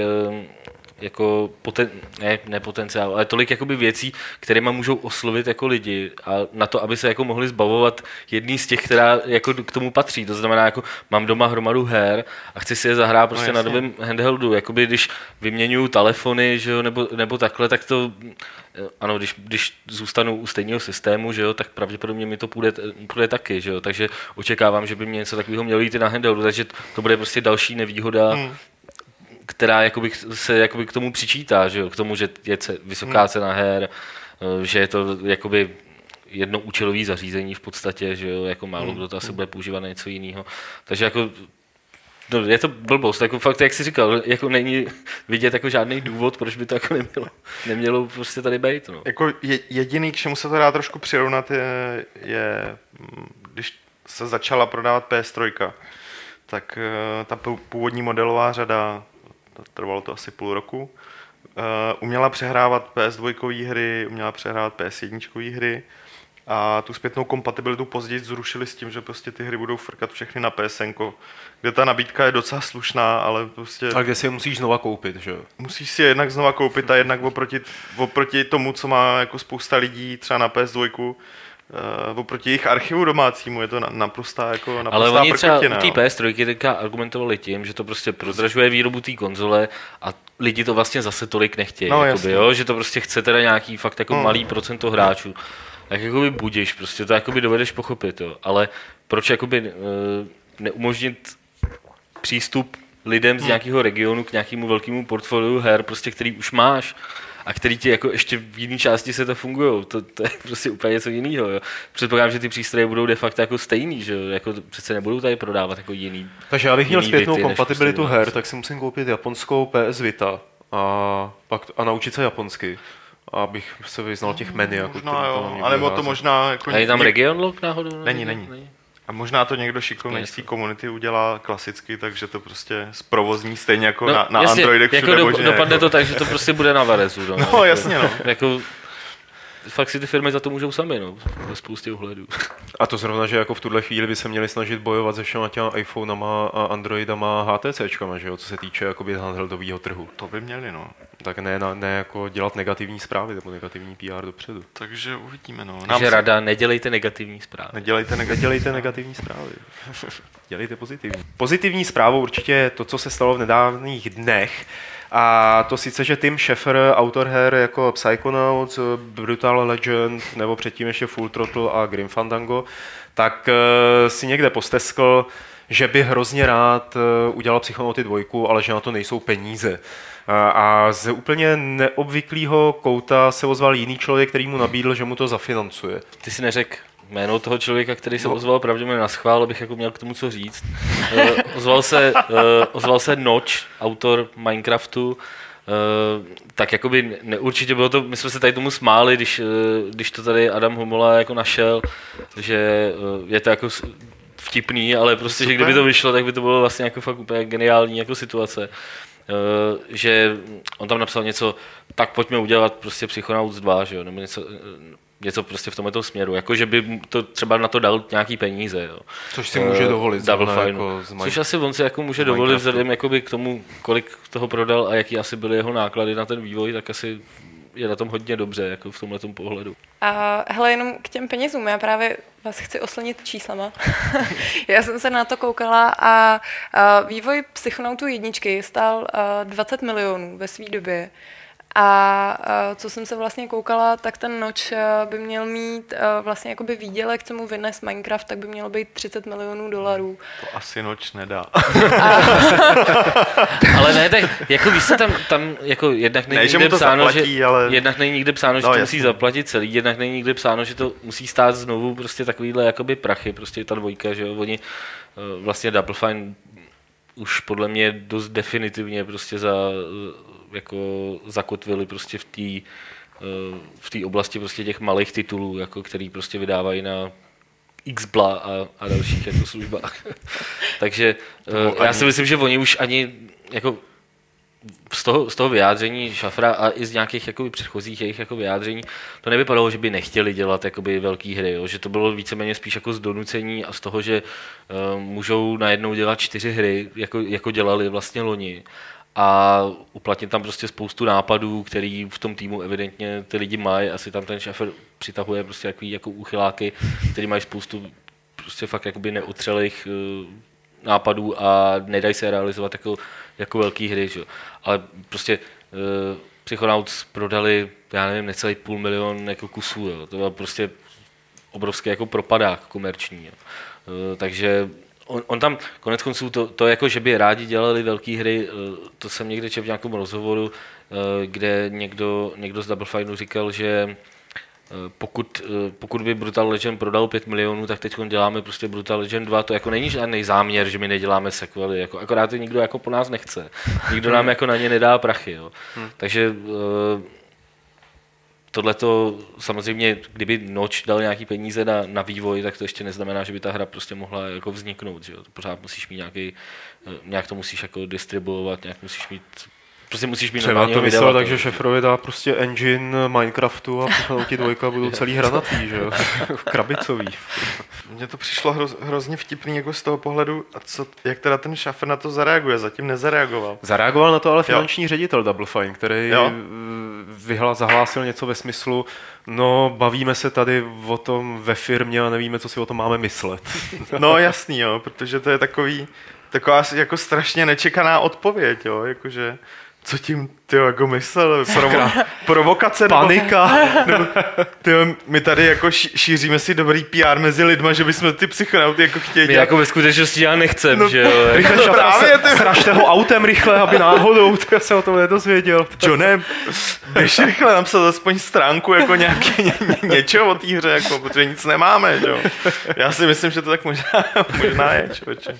Speaker 3: jako poten, ne, ne potenciál, ale tolik jakoby věcí, kterýma můžou oslovit jako lidi a na to, aby se jako mohli zbavovat jedný z těch, která jako k tomu patří. To znamená, jako mám doma hromadu her a chci si je zahrát prostě no, na novém handheldu. Jakoby když vyměňuju telefony, že jo, nebo, nebo takhle, tak to ano, když, když zůstanu u stejného systému, že jo, tak pravděpodobně mi to půjde, půjde taky, že jo. Takže očekávám, že by mě něco takového mělo jít i na handheldu, takže to bude prostě další nevýhoda, hmm. která jakoby se jakoby k tomu přičítá, že jo? K tomu, že je vysoká cena her, že je to jakoby jednoúčelový zařízení v podstatě, že jo? Jako málo kdo to asi bude používat na něco jiného. Takže jako no, je to blbost, jako fakt, jak jsi říkal, jako není vidět jako žádný důvod, proč by to jako nemělo, nemělo prostě tady být. No.
Speaker 2: Jako jediný, k čemu se to dá trošku přirovnat, je, je když se začala prodávat P S tři, tak ta původní modelová řada, trvalo to asi půl roku, uměla přehrávat P S dva hry, uměla přehrávat P S jedna hry a tu zpětnou kompatibilitu později zrušili s tím, že prostě ty hry budou frkat všechny na P S N, kde ta nabídka je docela slušná, ale prostě...
Speaker 1: A kde si je musíš znova koupit, že jo?
Speaker 2: Musíš si je jednak znova koupit a jednak oproti, oproti tomu, co má jako spousta lidí třeba na P S dva, Uh, oproti jejich archivu domácímu je to naprostá jako naprostá
Speaker 3: ale oni
Speaker 2: prkotina,
Speaker 3: třeba u té P S tři teďka argumentovali tím, že to prostě prodražuje výrobu té konzole a lidi to vlastně zase tolik nechtějí,
Speaker 2: no,
Speaker 3: jakoby, jo? Že to prostě chce teda nějaký fakt jako hmm. malý procento hráčů. Tak jakoby budíš, prostě to jakoby dovedeš pochopit, jo? Ale proč jakoby uh, neumožnit přístup lidem z hmm. nějakého regionu k nějakému velkému portfoliu her, prostě který už máš, a který ti jako ještě v jiné části se to fungují. To, to je prostě úplně něco jiného. Jo. Předpokládám, že ty přístroje budou de facto jako stejný, že jo. Jako přece nebudou tady prodávat jako jiný.
Speaker 1: Takže já bych měl zpětnou kompatibilitu her, tak si musím koupit japonskou P S Vita a, pak, a naučit se japonsky. Abych se vyznal těch menu. Jako
Speaker 2: možná jo, anebo to možná... Jako
Speaker 3: a je tam něk... region lock náhodou?
Speaker 2: Není, není. není. A možná to někdo šikovnej z té komunity udělá klasicky, takže to prostě zprovozní stejně jako no, na, na
Speaker 3: jasně,
Speaker 2: Androidech všude
Speaker 3: jako
Speaker 2: možně.
Speaker 3: Dopadne
Speaker 2: jako...
Speaker 3: to tak, že to prostě bude na Varezu. No,
Speaker 2: no
Speaker 3: jako,
Speaker 2: jasně no.
Speaker 3: Jako, fakt si ty firmy za to můžou sami, no, ve spoustě ohledů.
Speaker 1: A to zrovna, že jako v tuhle chvíli by se měli snažit bojovat se všema těma iPhonama a Androidama a HTCčkama, že jo, co se týče jakoby handheldového trhu.
Speaker 2: To by měli, no.
Speaker 1: Tak ne, ne jako dělat negativní zprávy nebo negativní P R dopředu.
Speaker 2: Takže uvidíme, no.
Speaker 3: Takže se... rada, nedělejte negativní zprávy.
Speaker 2: Nedělejte, neg...
Speaker 1: nedělejte negativní zprávy. Dělejte pozitivní. Pozitivní zprávou určitě je to, co se stalo v nedávných dnech. A to sice, že Tim Schafer, autor her jako Psychonauts, Brutal Legend nebo předtím ještě Full Throttle a Grim Fandango, tak uh, si někde posteskl, že by hrozně rád uh, udělal Psychonauty dvojku, ale že na to nejsou peníze. Uh, a z úplně neobvyklého kouta se ozval jiný člověk, který mu nabídl, že mu to zafinancuje.
Speaker 3: Ty si neřekl jméno toho člověka, který se no. ozval pravděpodobně na schvál, abych jako měl k tomu co říct. Uh, ozval, se, uh, ozval se Notch, autor Minecraftu. Uh, tak jakoby neurčitě bylo to, my jsme se tady tomu smáli, když, uh, když to tady Adam Homola jako našel, že uh, je to jako vtipný, ale prostě, super. Že kdyby to vyšlo, tak by to bylo vlastně jako fakt úplně geniální jako situace. že on tam napsal něco, tak pojďme udělat prostě Psychonauts dva, že jo, nebo něco, něco prostě v tomto směru, jako že by to třeba na to dal nějaký peníze, jo.
Speaker 1: Což si může dovolit.
Speaker 3: Double Fine. Jako Což asi on si jako může dovolit vzhledem jakoby k tomu, kolik toho prodal a jaký asi byly jeho náklady na ten vývoj, tak asi je na tom hodně dobře, jako v tomhletom pohledu.
Speaker 4: A hele, jenom k těm penězům, já právě vás chci oslnit číslama. Já jsem se na to koukala a, a vývoj Psychonautu jedničky stál a, dvacet milionů ve své době. A, a co jsem se vlastně koukala, tak ten Notch by měl mít a, vlastně jakoby výdělek, co mu vynes Minecraft, tak by mělo být třicet milionů dolarů.
Speaker 2: To asi Notch nedá.
Speaker 4: A...
Speaker 3: Ale ne, tak jako víš se tam, tam jako jednak není ne, nikde
Speaker 2: to
Speaker 3: psáno,
Speaker 2: zaplatí,
Speaker 3: že,
Speaker 2: ale...
Speaker 3: jednak není nikde psáno, že
Speaker 2: no,
Speaker 3: to
Speaker 2: jasný.
Speaker 3: musí zaplatit celý, jednak není nikde psáno, že to musí stát znovu prostě takovýhle jakoby prachy, prostě ta dvojka, že jo, oni vlastně Double Fine už podle mě dost definitivně prostě za jako zakotvili prostě v té v té oblasti prostě těch malých titulů, jako který prostě vydávají na Xbla a, a dalších jako službách. Takže uh, já si myslím, že oni už ani jako z toho, z toho vyjádření Šafra a i z nějakých jakoby předchozích jejich jako vyjádření to nevypadalo, že by nechtěli dělat jakoby velký hry, jo? Že to bylo víceméně spíš jako z donucení a z toho, že uh, můžou najednou dělat čtyři hry, jako, jako dělali vlastně loni. A uplatnit tam prostě spoustu nápadů, který v tom týmu evidentně ty lidi mají, asi tam ten Šafr přitahuje prostě takový jako úchyláky, který mají spoustu prostě fakt jakoby neotřelých uh, nápadů a nedají se realizovat jako, jako velký hry, že? Ale prostě uh, Psychonauts prodali, já nevím, necelý půl milion jako kusů, jo? To byl prostě obrovský jako propadák komerční, jo? Uh, takže On, on tam, konec konců, to, to jako, že by rádi dělali velké hry, to jsem někde četl v nějakém rozhovoru, kde někdo, někdo z Double Fineu říkal, že pokud, pokud by Brutal Legend prodal pět milionů, tak teď děláme prostě Brutal Legend dva, to jako není žádný záměr, že my neděláme sequely, jako, akorát to nikdo jako po nás nechce, nikdo nám jako na ně nedá prachy, jo. Hmm. Takže tohleto samozřejmě, kdyby Notch dal nějaký peníze na, na vývoj, tak to ještě neznamená, že by ta hra prostě mohla jako vzniknout, že jo. Pořád musíš mít nějaký, nějak to musíš jako distribuovat, nějak musíš mít, prostě musíš mít
Speaker 1: třeba to myslel tak, že Šefrovi dá prostě engine Minecraftu a Psychonauti dvojka budou celý hranatý, že jo, krabicový.
Speaker 2: Mně to přišlo hro, hrozně vtipný jako z toho pohledu, a co, jak teda ten Šafr na to zareaguje, zatím nezareagoval.
Speaker 1: Zareagoval na to ale finanční jo. ředitel Double Fine, který
Speaker 2: jo.
Speaker 1: vyhla, zahlásil něco ve smyslu, no bavíme se tady o tom ve firmě a nevíme, co si o tom máme myslet.
Speaker 2: No jasný, jo, protože to je takový, taková jako strašně nečekaná odpověď, jo, jakože co tím ty jako myslel? Provo- provokace?
Speaker 1: Panika.
Speaker 2: Nebo, tyjo, my tady jako šíříme si dobrý P R mezi lidma, že bychom ty Psychonauty jako chtěli.
Speaker 3: My jako ve skutečnosti já nechcem, no, že jo.
Speaker 1: Rychle no právě, se, sražte ho autem rychle, aby náhodou se o tom nedozvěděl.
Speaker 2: Johne, běž rychle napsat aspoň stránku jako nějaké ně, ně, něčeho o té hře, jako, protože nic nemáme, že jo. Já si myslím, že to tak možná, možná je, člověče.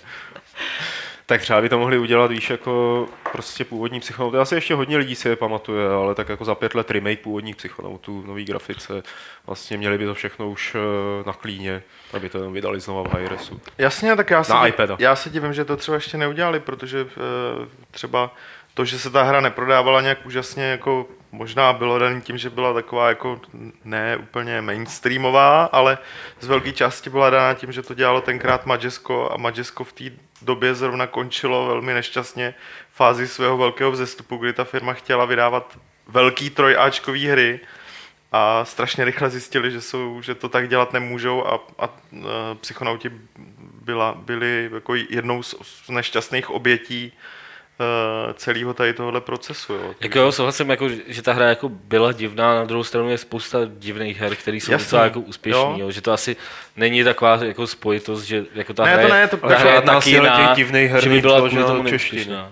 Speaker 1: Tak třeba by to mohli udělat, víš, jako prostě původní Psychonauty. Asi ještě hodně lidí si je pamatuje, ale tak jako za pět let remake původních Psychonautů v nový grafice. Vlastně měli by to všechno už na klíně, aby to jenom vydali znova v Hi-Resu.
Speaker 2: Jasně, tak já se,
Speaker 1: na
Speaker 2: div,
Speaker 1: iPada.
Speaker 2: já se divím, že to třeba ještě neudělali, protože e, třeba to, že se ta hra neprodávala nějak úžasně, jako možná bylo daný tím, že byla taková jako ne úplně mainstreamová, ale z velké části byla dána tím, že to dělalo tenkrát Majesco a Majesco v té době zrovna končilo velmi nešťastně fázi svého velkého vzestupu, kdy ta firma chtěla vydávat velký trojáčkový hry a strašně rychle zjistili, že, jsou, že to tak dělat nemůžou a, a, a Psychonauti byla, byli jako jednou z, z nešťastných obětí celého tady tohohle procesu. Jo.
Speaker 3: Jako jo, souhlasím, jako, že ta hra jako byla divná, na druhou stranu je spousta divných her, které jsou Jasný. docela jako úspěšný, jo. Jo, že to asi není taková jako spojitost, že jako ta
Speaker 2: ne,
Speaker 3: hra
Speaker 2: to
Speaker 3: je,
Speaker 2: ne, to
Speaker 3: ta hra je tak jiná, že by byla kvůli tomu
Speaker 1: neúspěšná.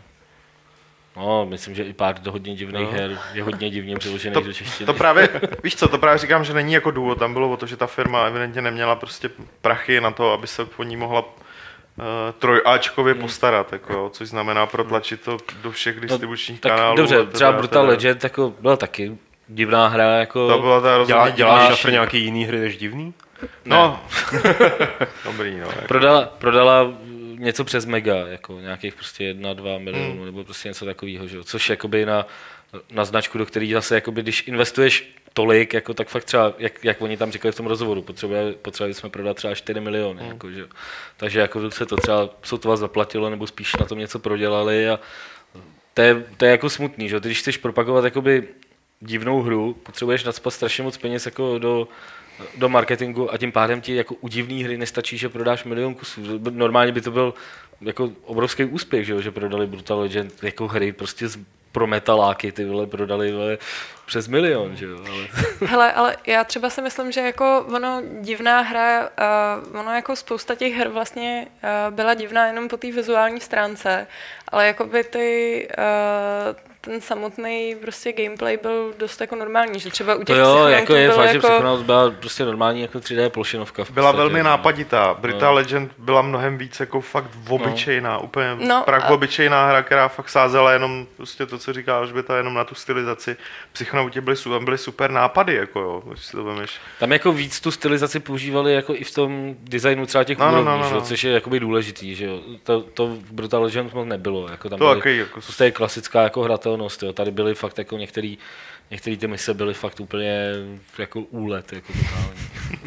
Speaker 3: No, myslím, že i pár do hodně divných no. her je hodně divně přeložených
Speaker 2: to,
Speaker 3: do češtiny.
Speaker 2: To právě, víš co, to právě říkám, že není jako důvod, tam bylo o to, že ta firma evidentně neměla prostě prachy na to, aby se po ní mohla Uh, trojáčkově hmm. postarat, jako, což znamená protlačit to do všech distribučních
Speaker 3: no,
Speaker 2: kanálů.
Speaker 3: Dobře, třeba Brutal Legend jako byla taky divná hra. Jako...
Speaker 2: To byla ta
Speaker 1: Dělá, dělá Šafr nějaký jiný hry než divný?
Speaker 2: No. Dobrý, no. Jako.
Speaker 3: Prodala, prodala něco přes mega, jako nějakých prostě jedna, dva milionů, hmm. nebo prostě něco takového, že jo? Což jakoby na, na značku, do který zase, jakoby, když investuješ tolik, jako, tak fakt třeba, jak, jak oni tam říkali v tom rozhovoru, potřebovali, potřebovali jsme prodat třeba čtyři miliony, hmm. jako, že? Takže jako se to třeba sotva zaplatilo, nebo spíš na tom něco prodělali a to je, to je jako smutný, že? Když chceš propagovat jakoby divnou hru, potřebuješ nacpat strašně moc peněz jako do, do marketingu a tím pádem ti jako u divné hry nestačí, že prodáš milion kusů. Normálně by to byl jako obrovský úspěch, že, že prodali Brutal Legend jako hry prostě z pro metaláky, ty vole, prodali vole, přes milion, že jo. Ale...
Speaker 4: Hele, ale já třeba si myslím, že jako ono divná hra, uh, ono jako spousta těch her vlastně uh, byla divná jenom po té vizuální stránce, ale jako by ty uh, ten samotný prostě gameplay byl dost jako normální, že třeba u těch
Speaker 3: to jo, jako je fakt,
Speaker 4: jako...
Speaker 3: že Psychonauts byla prostě normální jako tři dé plošinovka.
Speaker 2: Byla velmi nápaditá. Brutal no. Legend byla mnohem víc jako fakt obyčejná, no. úplně
Speaker 4: no,
Speaker 2: prach
Speaker 4: a...
Speaker 2: obyčejná hra, která fakt sázela jenom prostě to, co říká Alžběta, jenom na tu stylizaci. Psychonauti byly, byly super nápady, jako jo, když si to vemeš.
Speaker 3: Tam jako víc tu stylizaci používali jako i v tom designu třeba těch
Speaker 2: no,
Speaker 3: úrovní,
Speaker 2: no, no, no.
Speaker 3: což je jakoby důležitý, že jo. To, to v Brutal Legend moc nebylo, jako tam
Speaker 2: to
Speaker 3: byly,
Speaker 2: jaký, jako...
Speaker 3: to je klasická jako hratelnost, jo. Tady byly fakt jako některý, některý ty mise byly fakt úplně jako úlet, jako totální.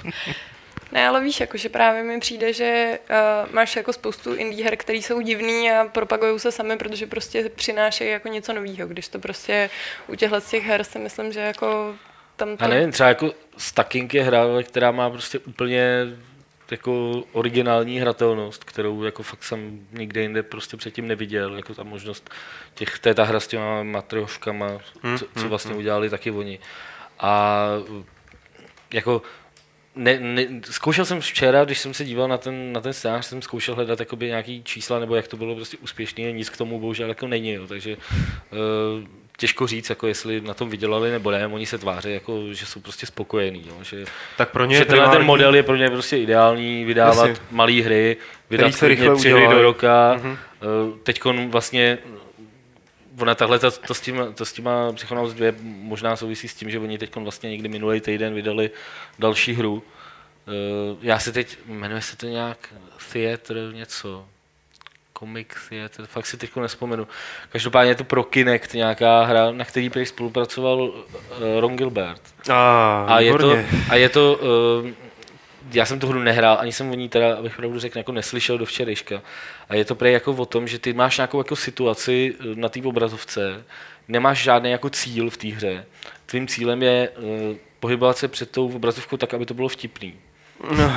Speaker 4: Ne, ale víš, jako, že právě mi přijde, že uh, máš jako spoustu indie her, které jsou divný a propagují se sami, protože prostě přinášejí jako něco nového, když to prostě u těchto těch her si myslím, že jako tam to...
Speaker 3: A nevím, třeba jako Stacking je hra, která má prostě úplně jako originální hratelnost, kterou jako fakt jsem nikde jinde prostě předtím neviděl, jako ta možnost těch, to je ta hra s těma matrioškama,
Speaker 1: hmm,
Speaker 3: co, co
Speaker 1: hmm,
Speaker 3: vlastně
Speaker 1: hmm.
Speaker 3: udělali taky oni. A jako ne, ne, zkoušel jsem včera, když jsem se díval na ten, na ten scénář, jsem zkoušel hledat jakoby nějaký čísla, nebo jak to bylo prostě úspěšný, nic k tomu bohužel jako není, jo, takže uh, těžko říct, jako jestli na tom vydělali nebo ne, oni se tváří, jako, že jsou prostě spokojení, jo, že,
Speaker 1: tak pro ně
Speaker 3: že
Speaker 1: primární...
Speaker 3: ten model je pro ně prostě ideální, vydávat
Speaker 1: Jasně.
Speaker 3: malé hry, vydat
Speaker 1: se rychle
Speaker 3: tři hry do roka,
Speaker 1: mm-hmm.
Speaker 3: uh, teďkon vlastně ona tahle, to, to, s tím, to s těma Psychonauts dva možná souvisí s tím, že oni teď vlastně někdy minulý týden vydali další hru. Uh, já se teď, jmenuje se to nějak Theater něco, Comic Theater, fakt si teď nespomenu. Každopádně je to pro Kinect nějaká hra, na který prý spolupracoval uh, Ron Gilbert.
Speaker 1: Ah,
Speaker 3: a, je to, a je to, uh, já jsem tu hru nehrál, ani jsem o ní teda, abych pravdu řekl, jako neslyšel do včerejška. A je to prej jako o tom, že ty máš nějakou jako situaci na té obrazovce, nemáš žádný jako cíl v té hře. Tvým cílem je uh, pohybovat se před tou obrazovkou tak, aby to bylo vtipný. No.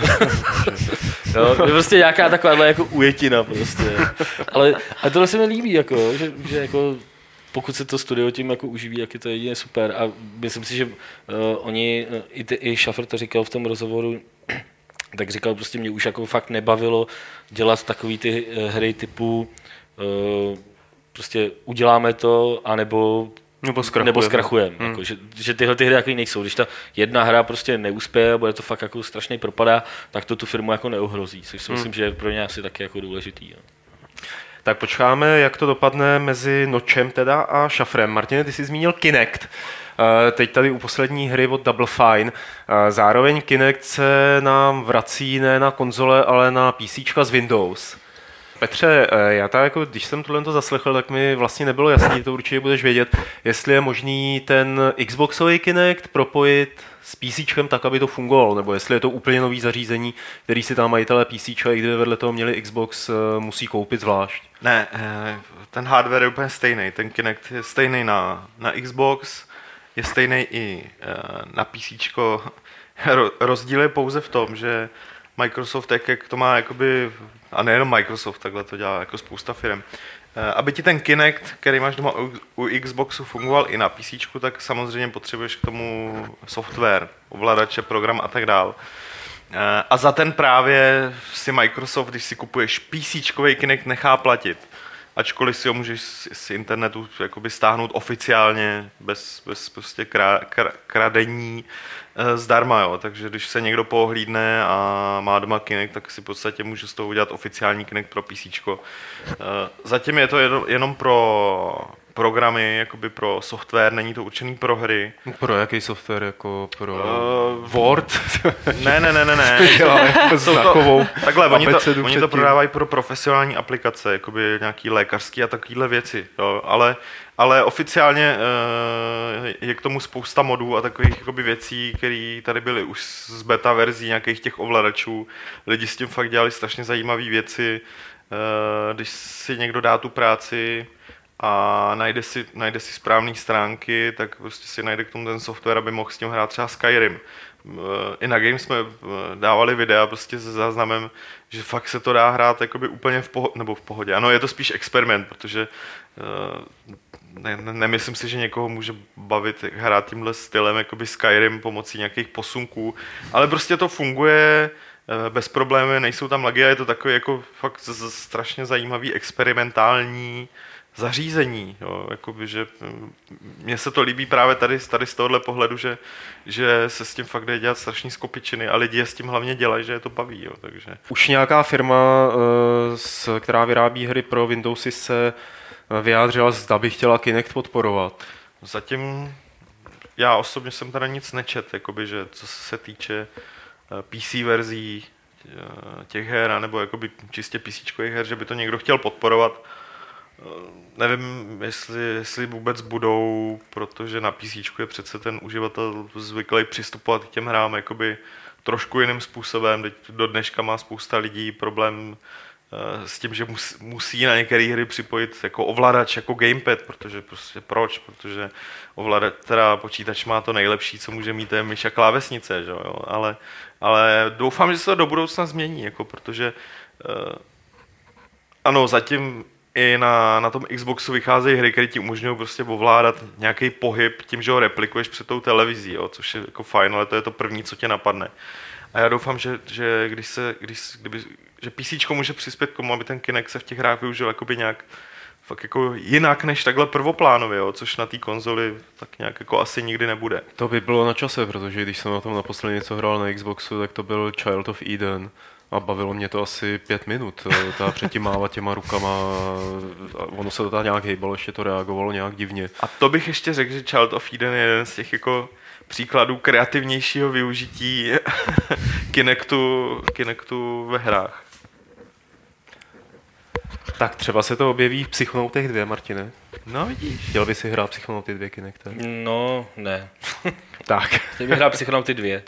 Speaker 3: No, je prostě nějaká taková jako ujetina prostě. Ale, ale tohle se mi líbí, jako, že, že jako pokud se to studio tím jako uživí, jak je to jedině super. A myslím si, že uh, oni, i, ty, i Schaffer to říkal v tom rozhovoru, tak říkal, prostě mě už jako fakt nebavilo dělat takový ty hry typu uh, prostě uděláme to, anebo
Speaker 1: nebo zkrachujeme.
Speaker 3: Nebo zkrachujem,
Speaker 1: hmm.
Speaker 3: jako, že, že tyhle ty hry jako nejsou. Když ta jedna hra prostě neuspěje a bude to fakt jako strašně propadá, tak to tu firmu jako neohrozí, což si hmm. myslím, že je pro ně asi taky jako důležitý. Jo.
Speaker 1: Tak počkáme, jak to dopadne mezi Nočem teda a Schafferem. Martine, ty jsi zmínil Kinect. Teď tady u poslední hry od Double Fine. Zároveň Kinect se nám vrací ne na konzole, ale na PCčka z Windows. Petře, já tak jako, když jsem tohle to zaslechl, tak mi vlastně nebylo jasný, to určitě budeš vědět, jestli je možný ten Xboxový Kinect propojit s PCčkem tak, aby to fungovalo, nebo jestli je to úplně nový zařízení, který si tam majitelé PCčka, i kdyby vedle toho měli Xbox, musí koupit zvlášť.
Speaker 2: Ne, ten hardware je úplně stejný, ten Kinect je stejný na, na Xbox, je stejný i na PCčko. Rozdíl je pouze v tom, že Microsoft, jak, jak to má jakoby, a nejenom Microsoft, takhle to dělá jako spousta firm. Aby ti ten Kinect, který máš doma u, u Xboxu, fungoval i na PCčku, tak samozřejmě potřebuješ k tomu software, ovladače, program a tak dál. A za ten právě si Microsoft, když si kupuješ PCčkový Kinect, nechá platit. Ačkoliv si ho můžeš z internetu jakoby stáhnout oficiálně, bez, bez prostě krá, kr, kradení zdarma, jo. Takže když se někdo pohlídne a má doma Kinect, tak si v podstatě může z toho udělat oficiální Kinect pro PCčko. Zatím je to jenom pro programy jakoby pro software, není to určený pro hry.
Speaker 1: Pro jaký software? Jako pro
Speaker 2: Uh,
Speaker 1: Word?
Speaker 2: Ne, ne, ne, ne, ne.
Speaker 1: Znakovou.
Speaker 2: Takhle, oni to, oni to prodávají pro profesionální aplikace, jakoby nějaký lékařský a takovéhle věci, jo, ale, ale oficiálně uh, je k tomu spousta modů a takových jakoby věcí, které tady byly už z beta verzí nějakých těch ovladačů. Lidi s tím fakt dělali strašně zajímavé věci. Uh, když si někdo dá tu práci a najde si, najde si správné stránky, tak prostě si najde k tomu ten software, aby mohl s tím hrát třeba Skyrim. I na Games jsme dávali videa prostě se záznamem, že fakt se to dá hrát jakoby úplně v pohodě, nebo v pohodě. Ano, je to spíš experiment, protože ne, ne, nemyslím si, že někoho může bavit hrát tímhle stylem jakoby Skyrim pomocí nějakých posunků, ale prostě to funguje bez problémů, nejsou tam lagy a je to takový jako fakt strašně zajímavý experimentální zařízení, jo, jakoby, že mně se to líbí právě tady, tady z tohohle pohledu, že, že se s tím fakt jde dělat strašný skopičiny a lidi je s tím hlavně dělají, že je to baví, jo, takže.
Speaker 1: Už nějaká firma, která vyrábí hry pro Windowsy, se vyjádřila, zda by chtěla Kinect podporovat?
Speaker 2: Zatím já osobně jsem teda nic nečet, jakoby, že co se týče P C verzí těch her, nebo jakoby čistě PCčkových her, že by to někdo chtěl podporovat. Nevím, jestli, jestli vůbec budou, protože na PCčku je přece ten uživatel zvyklý přistupovat k těm hrám jakoby trošku jiným způsobem. Teď do dneška má spousta lidí problém s tím, že mus, musí na některé hry připojit jako ovladač, jako gamepad, protože prostě proč? Protože ovladač, teda počítač má to nejlepší, co může mít, je myš a klávesnice, že jo? Ale, ale doufám, že se to do budoucna změní, jako protože uh, ano, zatím i na, na tom Xboxu vycházejí hry, které ti umožňují prostě ovládat nějaký pohyb tím, že ho replikuješ před tou televizí, jo, což je jako fajn, ale to je to první, co tě napadne. A já doufám, že, že když se, když, kdyby, že PCčko může přispět k tomu, aby ten Kinect se v těch hrách využil jakoby nějak fakt jako jinak než takhle prvoplánově, jo, což na té konzoli tak nějak jako asi nikdy nebude.
Speaker 1: To by bylo na čase, protože když jsem na tom naposledy něco hrál na Xboxu, tak to byl Child of Eden. A bavilo mě to asi pět minut, ta předtím mávat těma rukama, a ono se to tam nějak hejbalo, ještě to reagovalo nějak divně.
Speaker 2: A to bych ještě řekl, že Child of Eden je jeden z těch jako příkladů kreativnějšího využití Kinectu, Kinectu ve hrách.
Speaker 1: Tak třeba se to objeví v Psychonautech dva, Martine.
Speaker 2: No vidíš.
Speaker 1: Chtěl by si hrát Psychonauty dva Kinecte?
Speaker 3: No, ne.
Speaker 1: Tak.
Speaker 3: Chtěl bych hrát Psychonauty dva.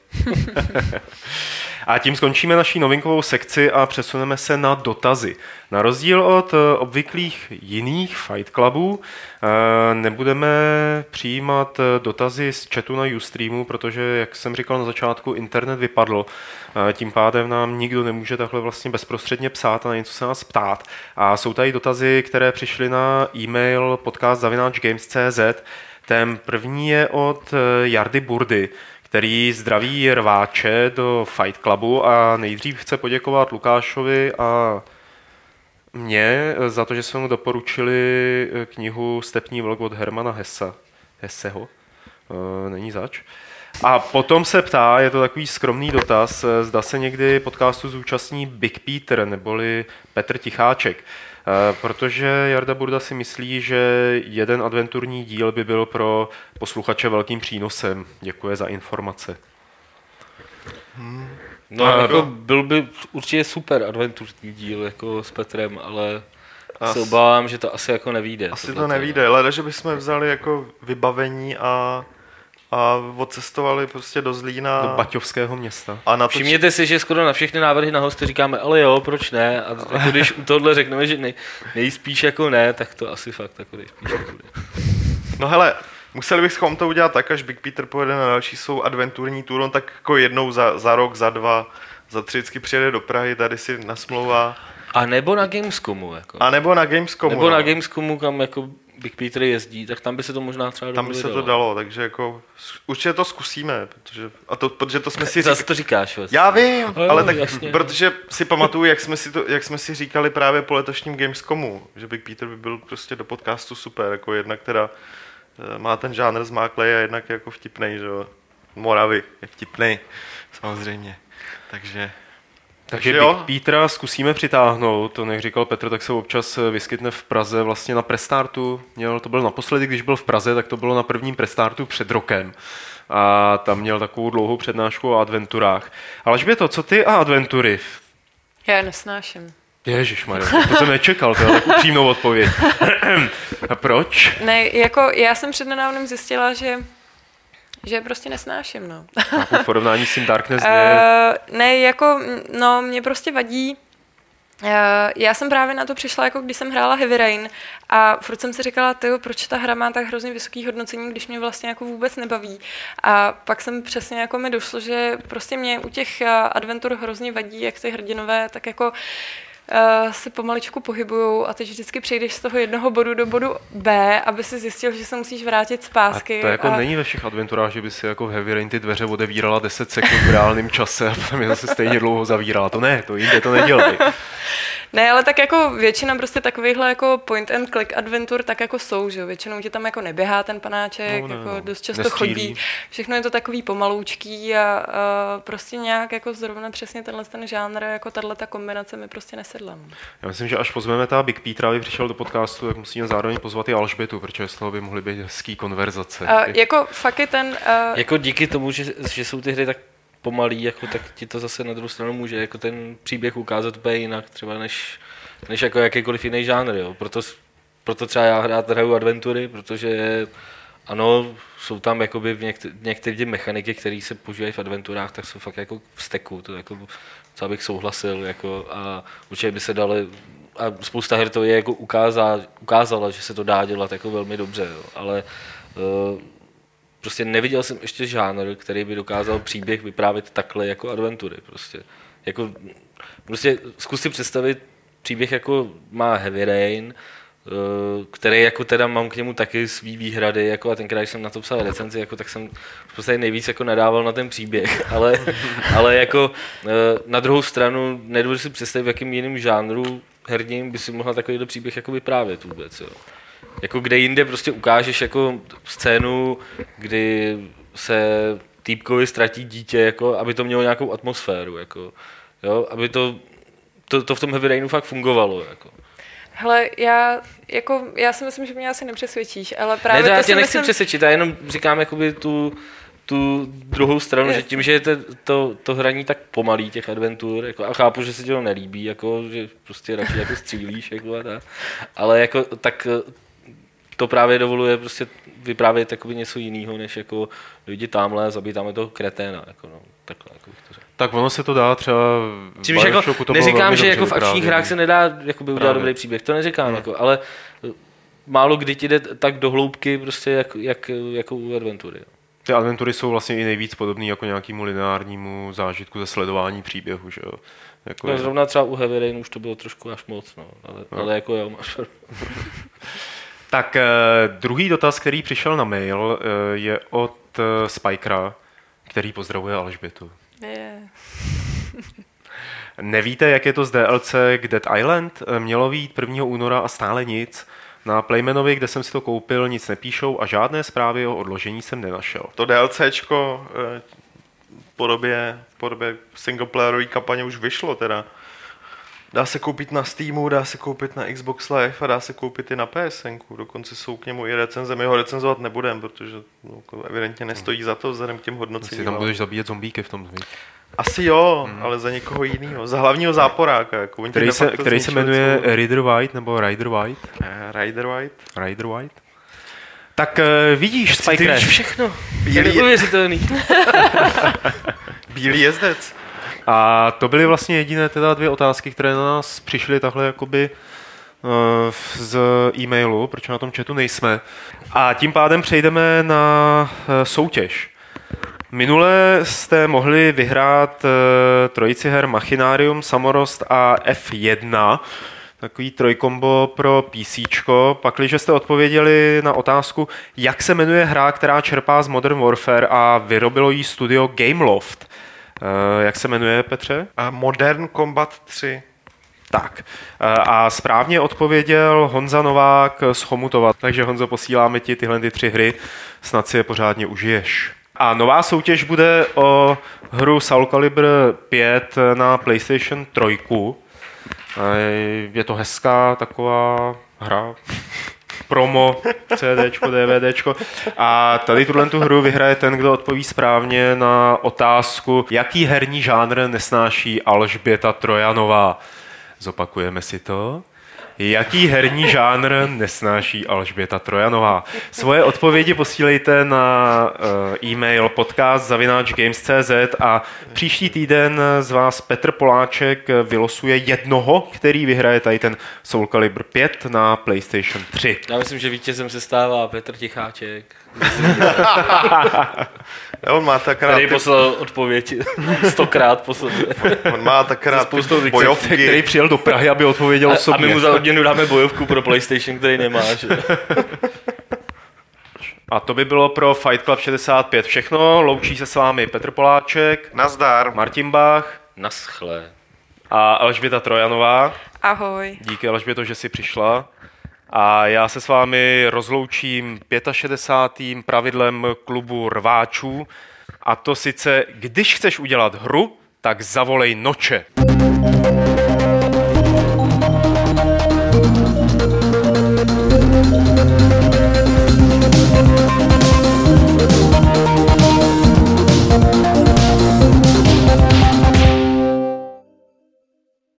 Speaker 1: A tím skončíme naší novinkovou sekci a přesuneme se na dotazy. Na rozdíl od obvyklých jiných Fight Clubů nebudeme přijímat dotazy z chatu na Ustreamu, protože, jak jsem říkal na začátku, internet vypadl. Tím pádem nám nikdo nemůže takhle vlastně bezprostředně psát a na něco se nás ptát. A jsou tady dotazy, které přišly na e-mail podcast zavináč games tečka cé zet. Ten první je od Jardy Burdy, který zdraví rváče do Fight Clubu a nejdřív chce poděkovat Lukášovi a mě za to, že jsme mu doporučili knihu Stepní vlk od Hermana Hessa. Hesseho. E, není zač. A potom se ptá, je to takový skromný dotaz, zda se někdy podcastu zúčastní Big Peter neboli Petr Ticháček. Protože Jarda Burda si myslí, že jeden adventurní díl by byl pro posluchače velkým přínosem. Děkuji za informace.
Speaker 3: Hmm. No, a jako byl by určitě super adventurní díl jako s Petrem, ale As... se obávám, že to asi jako nevyjde.
Speaker 2: Asi to nevyjde, ale že bychom vzali jako vybavení a a odcestovali prostě do Zlína.
Speaker 1: Do Baťovského města.
Speaker 3: A natoč... Všimněte si, že skoro na všechny návrhy na hosty říkáme, ale jo, proč ne? A jako když u tohohle řekneme, že nej, nejspíš jako ne, tak to asi fakt jako nejspíš nebude.
Speaker 2: No hele, museli bychom to udělat tak, až Big Peter pojede na další svou adventurní tour, on tak jako jednou za, za rok, za dva, za tři vždycky přijede do Prahy, tady si nasmlouvá.
Speaker 3: A nebo na Gamescomu. Jako.
Speaker 2: A nebo na Gamescomu.
Speaker 3: Nebo no. na Gamescomu, kam jako Big Peter jezdí, tak tam by se to možná třeba
Speaker 2: Tam by se to dalo, takže jako určitě to zkusíme, protože, a to, protože to jsme si
Speaker 3: říkali. Zase to říkáš. Vlastně.
Speaker 2: Já vím,
Speaker 3: no,
Speaker 2: ale tak,
Speaker 3: jasně.
Speaker 2: Protože si pamatuju, jak jsme si, to, jak jsme si říkali právě po letošním Gamescomu, že Big Peter by byl prostě do podcastu super, jako jedna, která má ten žánr zmáklej a jednak jako vtipnej, že jo. Moravy je vtipnej, samozřejmě, takže...
Speaker 1: Takže
Speaker 2: jo.
Speaker 1: Big Petra zkusíme přitáhnout, to jak říkal Petr, tak se občas vyskytne v Praze vlastně na prestartu, měl, to byl naposledy, když byl v Praze, tak to bylo na prvním prestartu před rokem a tam měl takovou dlouhou přednášku o adventurách. Ale Alžběto, co ty a adventury?
Speaker 4: Já je nesnáším.
Speaker 1: Ježišmarja, to jsem nečekal, to je tak upřímnou odpověď. A proč?
Speaker 4: Ne, jako já jsem přednedávnem zjistila, že že je prostě nesnáším, no.
Speaker 1: V porovnání s tím Darkness
Speaker 4: uh, ne, jako, no, mě prostě vadí. Uh, já jsem právě na to přišla, jako když jsem hrála Heavy Rain a furt jsem si říkala, tyjo, proč ta hra má tak hrozně vysoký hodnocení, když mě vlastně jako vůbec nebaví. A pak jsem přesně jako mi došlo, že prostě mě u těch uh, adventur hrozně vadí, jak ty hrdinové tak jako Uh, se pomaličku pohybujou a teď vždycky přejdeš z toho jednoho bodu do bodu B, aby si zjistil, že se musíš vrátit zpátky.
Speaker 1: A to jako
Speaker 4: a...
Speaker 1: není ve všech adventurách, že by si jako v Heavy Rain ty dveře odevírala deset sekund v reálném čase a potom je zase stejně dlouho zavírala. To ne, to jinde to nedělají.
Speaker 4: Ne, ale tak jako většina prostě takovýchhle jako point and click adventur tak jako jsou, že jo. Většinou ti tam jako neběhá ten panáček, no, ne, jako no. dost často nestřílí. Chodí. Všechno je to takový pomaloučký a, a prostě nějak jako zrovna přesně tenhle ten žánr, jako tato kombinace mi prostě nesedla.
Speaker 1: Já myslím, že až pozveme ta Big Petra, aby přišel do podcastu, tak musíme zároveň pozvat i Alžbětu, protože z toho by mohly být hezký konverzace.
Speaker 4: A, jako fakt je ten... Uh...
Speaker 3: Jako díky tomu, že, že jsou ty hry tak pomalý, jako, tak ti to zase na druhou stranu může jako ten příběh ukázat úplně jinak, třeba než, než jako jakýkoliv jiný žánr. Jo. Proto, proto třeba já hrát hraju adventury, protože ano, jsou tam jakoby některé, některé mechaniky, které se používají v adventurách, tak jsou fakt jako v steku, to jako, co bych souhlasil, jako, a určitě by se dali, a spousta her to je jako ukázala, ukázala, že se to dá dělat jako velmi dobře, jo. Ale uh, prostě neviděl jsem ještě žánr, který by dokázal příběh vyprávět takhle jako adventury. Prostě. Jako, prostě zkus si představit příběh, jako má Heavy Rain, který jako teda mám k němu taky svý výhrady, jako a tenkrát, když jsem na to psal recenzi, jako, tak jsem v podstatě nejvíc jako nadával na ten příběh, ale, ale jako na druhou stranu nedovedu si představit, v jakým jiným žánru herním by si mohla takovýhle příběh jako vyprávět vůbec. Jo. Jako kde jinde prostě ukážeš jako scénu, kdy se týpkovi ztratí dítě, jako, aby to mělo nějakou atmosféru, jako, jo, aby to, to, to v tom Heavy Rainu fakt fungovalo. Jako.
Speaker 4: Hele, já, jako, já si myslím, že mě asi nepřesvědčíš, ale právě
Speaker 3: ne, to já
Speaker 4: to
Speaker 3: tě
Speaker 4: si
Speaker 3: nechci
Speaker 4: myslím...
Speaker 3: přesvědčit, já jenom říkám jakoby tu, tu druhou stranu, yes. Že tím, že je to, to, to hraní tak pomalý těch adventur, jako, a chápu, že se ti to nelíbí, jako, že prostě radši jako střílíš, jako, a tak, ale jako, tak to právě dovoluje prostě vyprávět takový něco jiného, než jako lidi tamhle a zabít tamhle toho kreténa, jako, no, takhle, jako bych to řekl.
Speaker 1: Tak ono se to dá třeba v
Speaker 3: Čímž jako,
Speaker 1: to
Speaker 3: neříkám, že jako v akčních hrách se nedá jakoby, udělat
Speaker 1: právě.
Speaker 3: Dobrý příběh, to neříkám, hmm. jako, ale málo kdy ti jde tak do hloubky, prostě jak, jak, jako u adventury.
Speaker 1: Ty adventury jsou vlastně i nejvíc podobný jako nějakému lineárnímu zážitku ze sledování příběhu, že jo. Jako
Speaker 3: no,
Speaker 1: je...
Speaker 3: zrovna třeba u Heavy Rain už to bylo trošku až moc, no, ale, no. ale jako jo, máš.
Speaker 1: Tak eh, druhý dotaz, který přišel na mail, eh, je od eh, Spikera, který pozdravuje Alžbětu.
Speaker 4: Yeah.
Speaker 1: Nevíte, jak je to z D L C k Dead Island? Mělo být prvního února a stále nic. Na Playmanovi, kde jsem si to koupil, nic nepíšou a žádné zprávy o odložení jsem nenašel.
Speaker 2: To DLCčko eh, v podobě, v podobě singleplayerové kampaně už vyšlo teda. Dá se koupit na Steamu, dá se koupit na Xbox Live a dá se koupit i na P S N ku. Dokonce jsou k němu i recenze. My ho recenzovat nebudeme, protože no, evidentně nestojí za to vzhledem k těm hodnocením.
Speaker 1: Ty tam budeš zabíjet zombíky v tom zvyk.
Speaker 2: Asi jo, hmm. ale za někoho jiného. Za hlavního záporáka. Jako.
Speaker 1: Který se, který se jmenuje celou... Rider White nebo Rider White?
Speaker 2: Uh, Rider White.
Speaker 1: Rider White. Tak uh, vidíš, Spikere.
Speaker 3: Ty víš všechno.
Speaker 2: Bílý
Speaker 3: je neuvěřitelný.
Speaker 2: Bílý jezdec.
Speaker 1: A to byly vlastně jediné teda dvě otázky, které na nás přišly takhle jakoby uh, z e-mailu, proč na tom chatu nejsme. A tím pádem přejdeme na uh, soutěž. Minule jste mohli vyhrát uh, trojici her Machinarium, Samorost a F jedna, takový trojkombo pro PCčko. Pakliže jste odpověděli na otázku, jak se jmenuje hra, která čerpá z Modern Warfare a vyrobilo jí studio Gameloft. Uh, jak se jmenuje, Petře?
Speaker 2: A Modern Combat tři.
Speaker 1: Tak. Uh, a správně odpověděl Honza Novák z Chomutova. Takže Honzo, posíláme ti tyhle ty tři hry, snad si je pořádně užiješ. A nová soutěž bude o hru Soul Calibur pět na PlayStation tři. Je to hezká taková hra. Promo, CDčko, DVDčko. A tady tuhle tu hru vyhraje ten, kdo odpoví správně na otázku, jaký herní žánr nesnáší Alžběta Trojanová. Zopakujeme si to. Jaký herní žánr nesnáší Alžběta Trojanová? Svoje odpovědi posílejte na uh, e-mail podcast zavináč games tečka cz a příští týden z vás Petr Poláček vylosuje jednoho, který vyhraje tady ten Soul Calibur pět na PlayStation tři.
Speaker 3: Já myslím, že vítězem se stává Petr Ticháček.
Speaker 2: On má tak rád...
Speaker 3: Který poslal odpověď stokrát po sobě.
Speaker 2: On má tak rád
Speaker 1: bojovky. Který přijel do Prahy, aby odpověděl osobně.
Speaker 3: A my mu za odměnu dáme bojovku pro PlayStation, který nemá, že?
Speaker 1: A to by bylo pro Fight Club šedesát pět všechno. Loučí se s vámi Petr Poláček.
Speaker 2: Nazdar.
Speaker 1: Martin Bach.
Speaker 3: Naschle.
Speaker 1: A Alžběta Trojanová.
Speaker 4: Ahoj.
Speaker 1: Díky, Alžběto, že jsi přišla. A já se s vámi rozloučím šedesátým pátým pravidlem klubu rváčů. A to sice, když chceš udělat hru, tak zavolej Noče.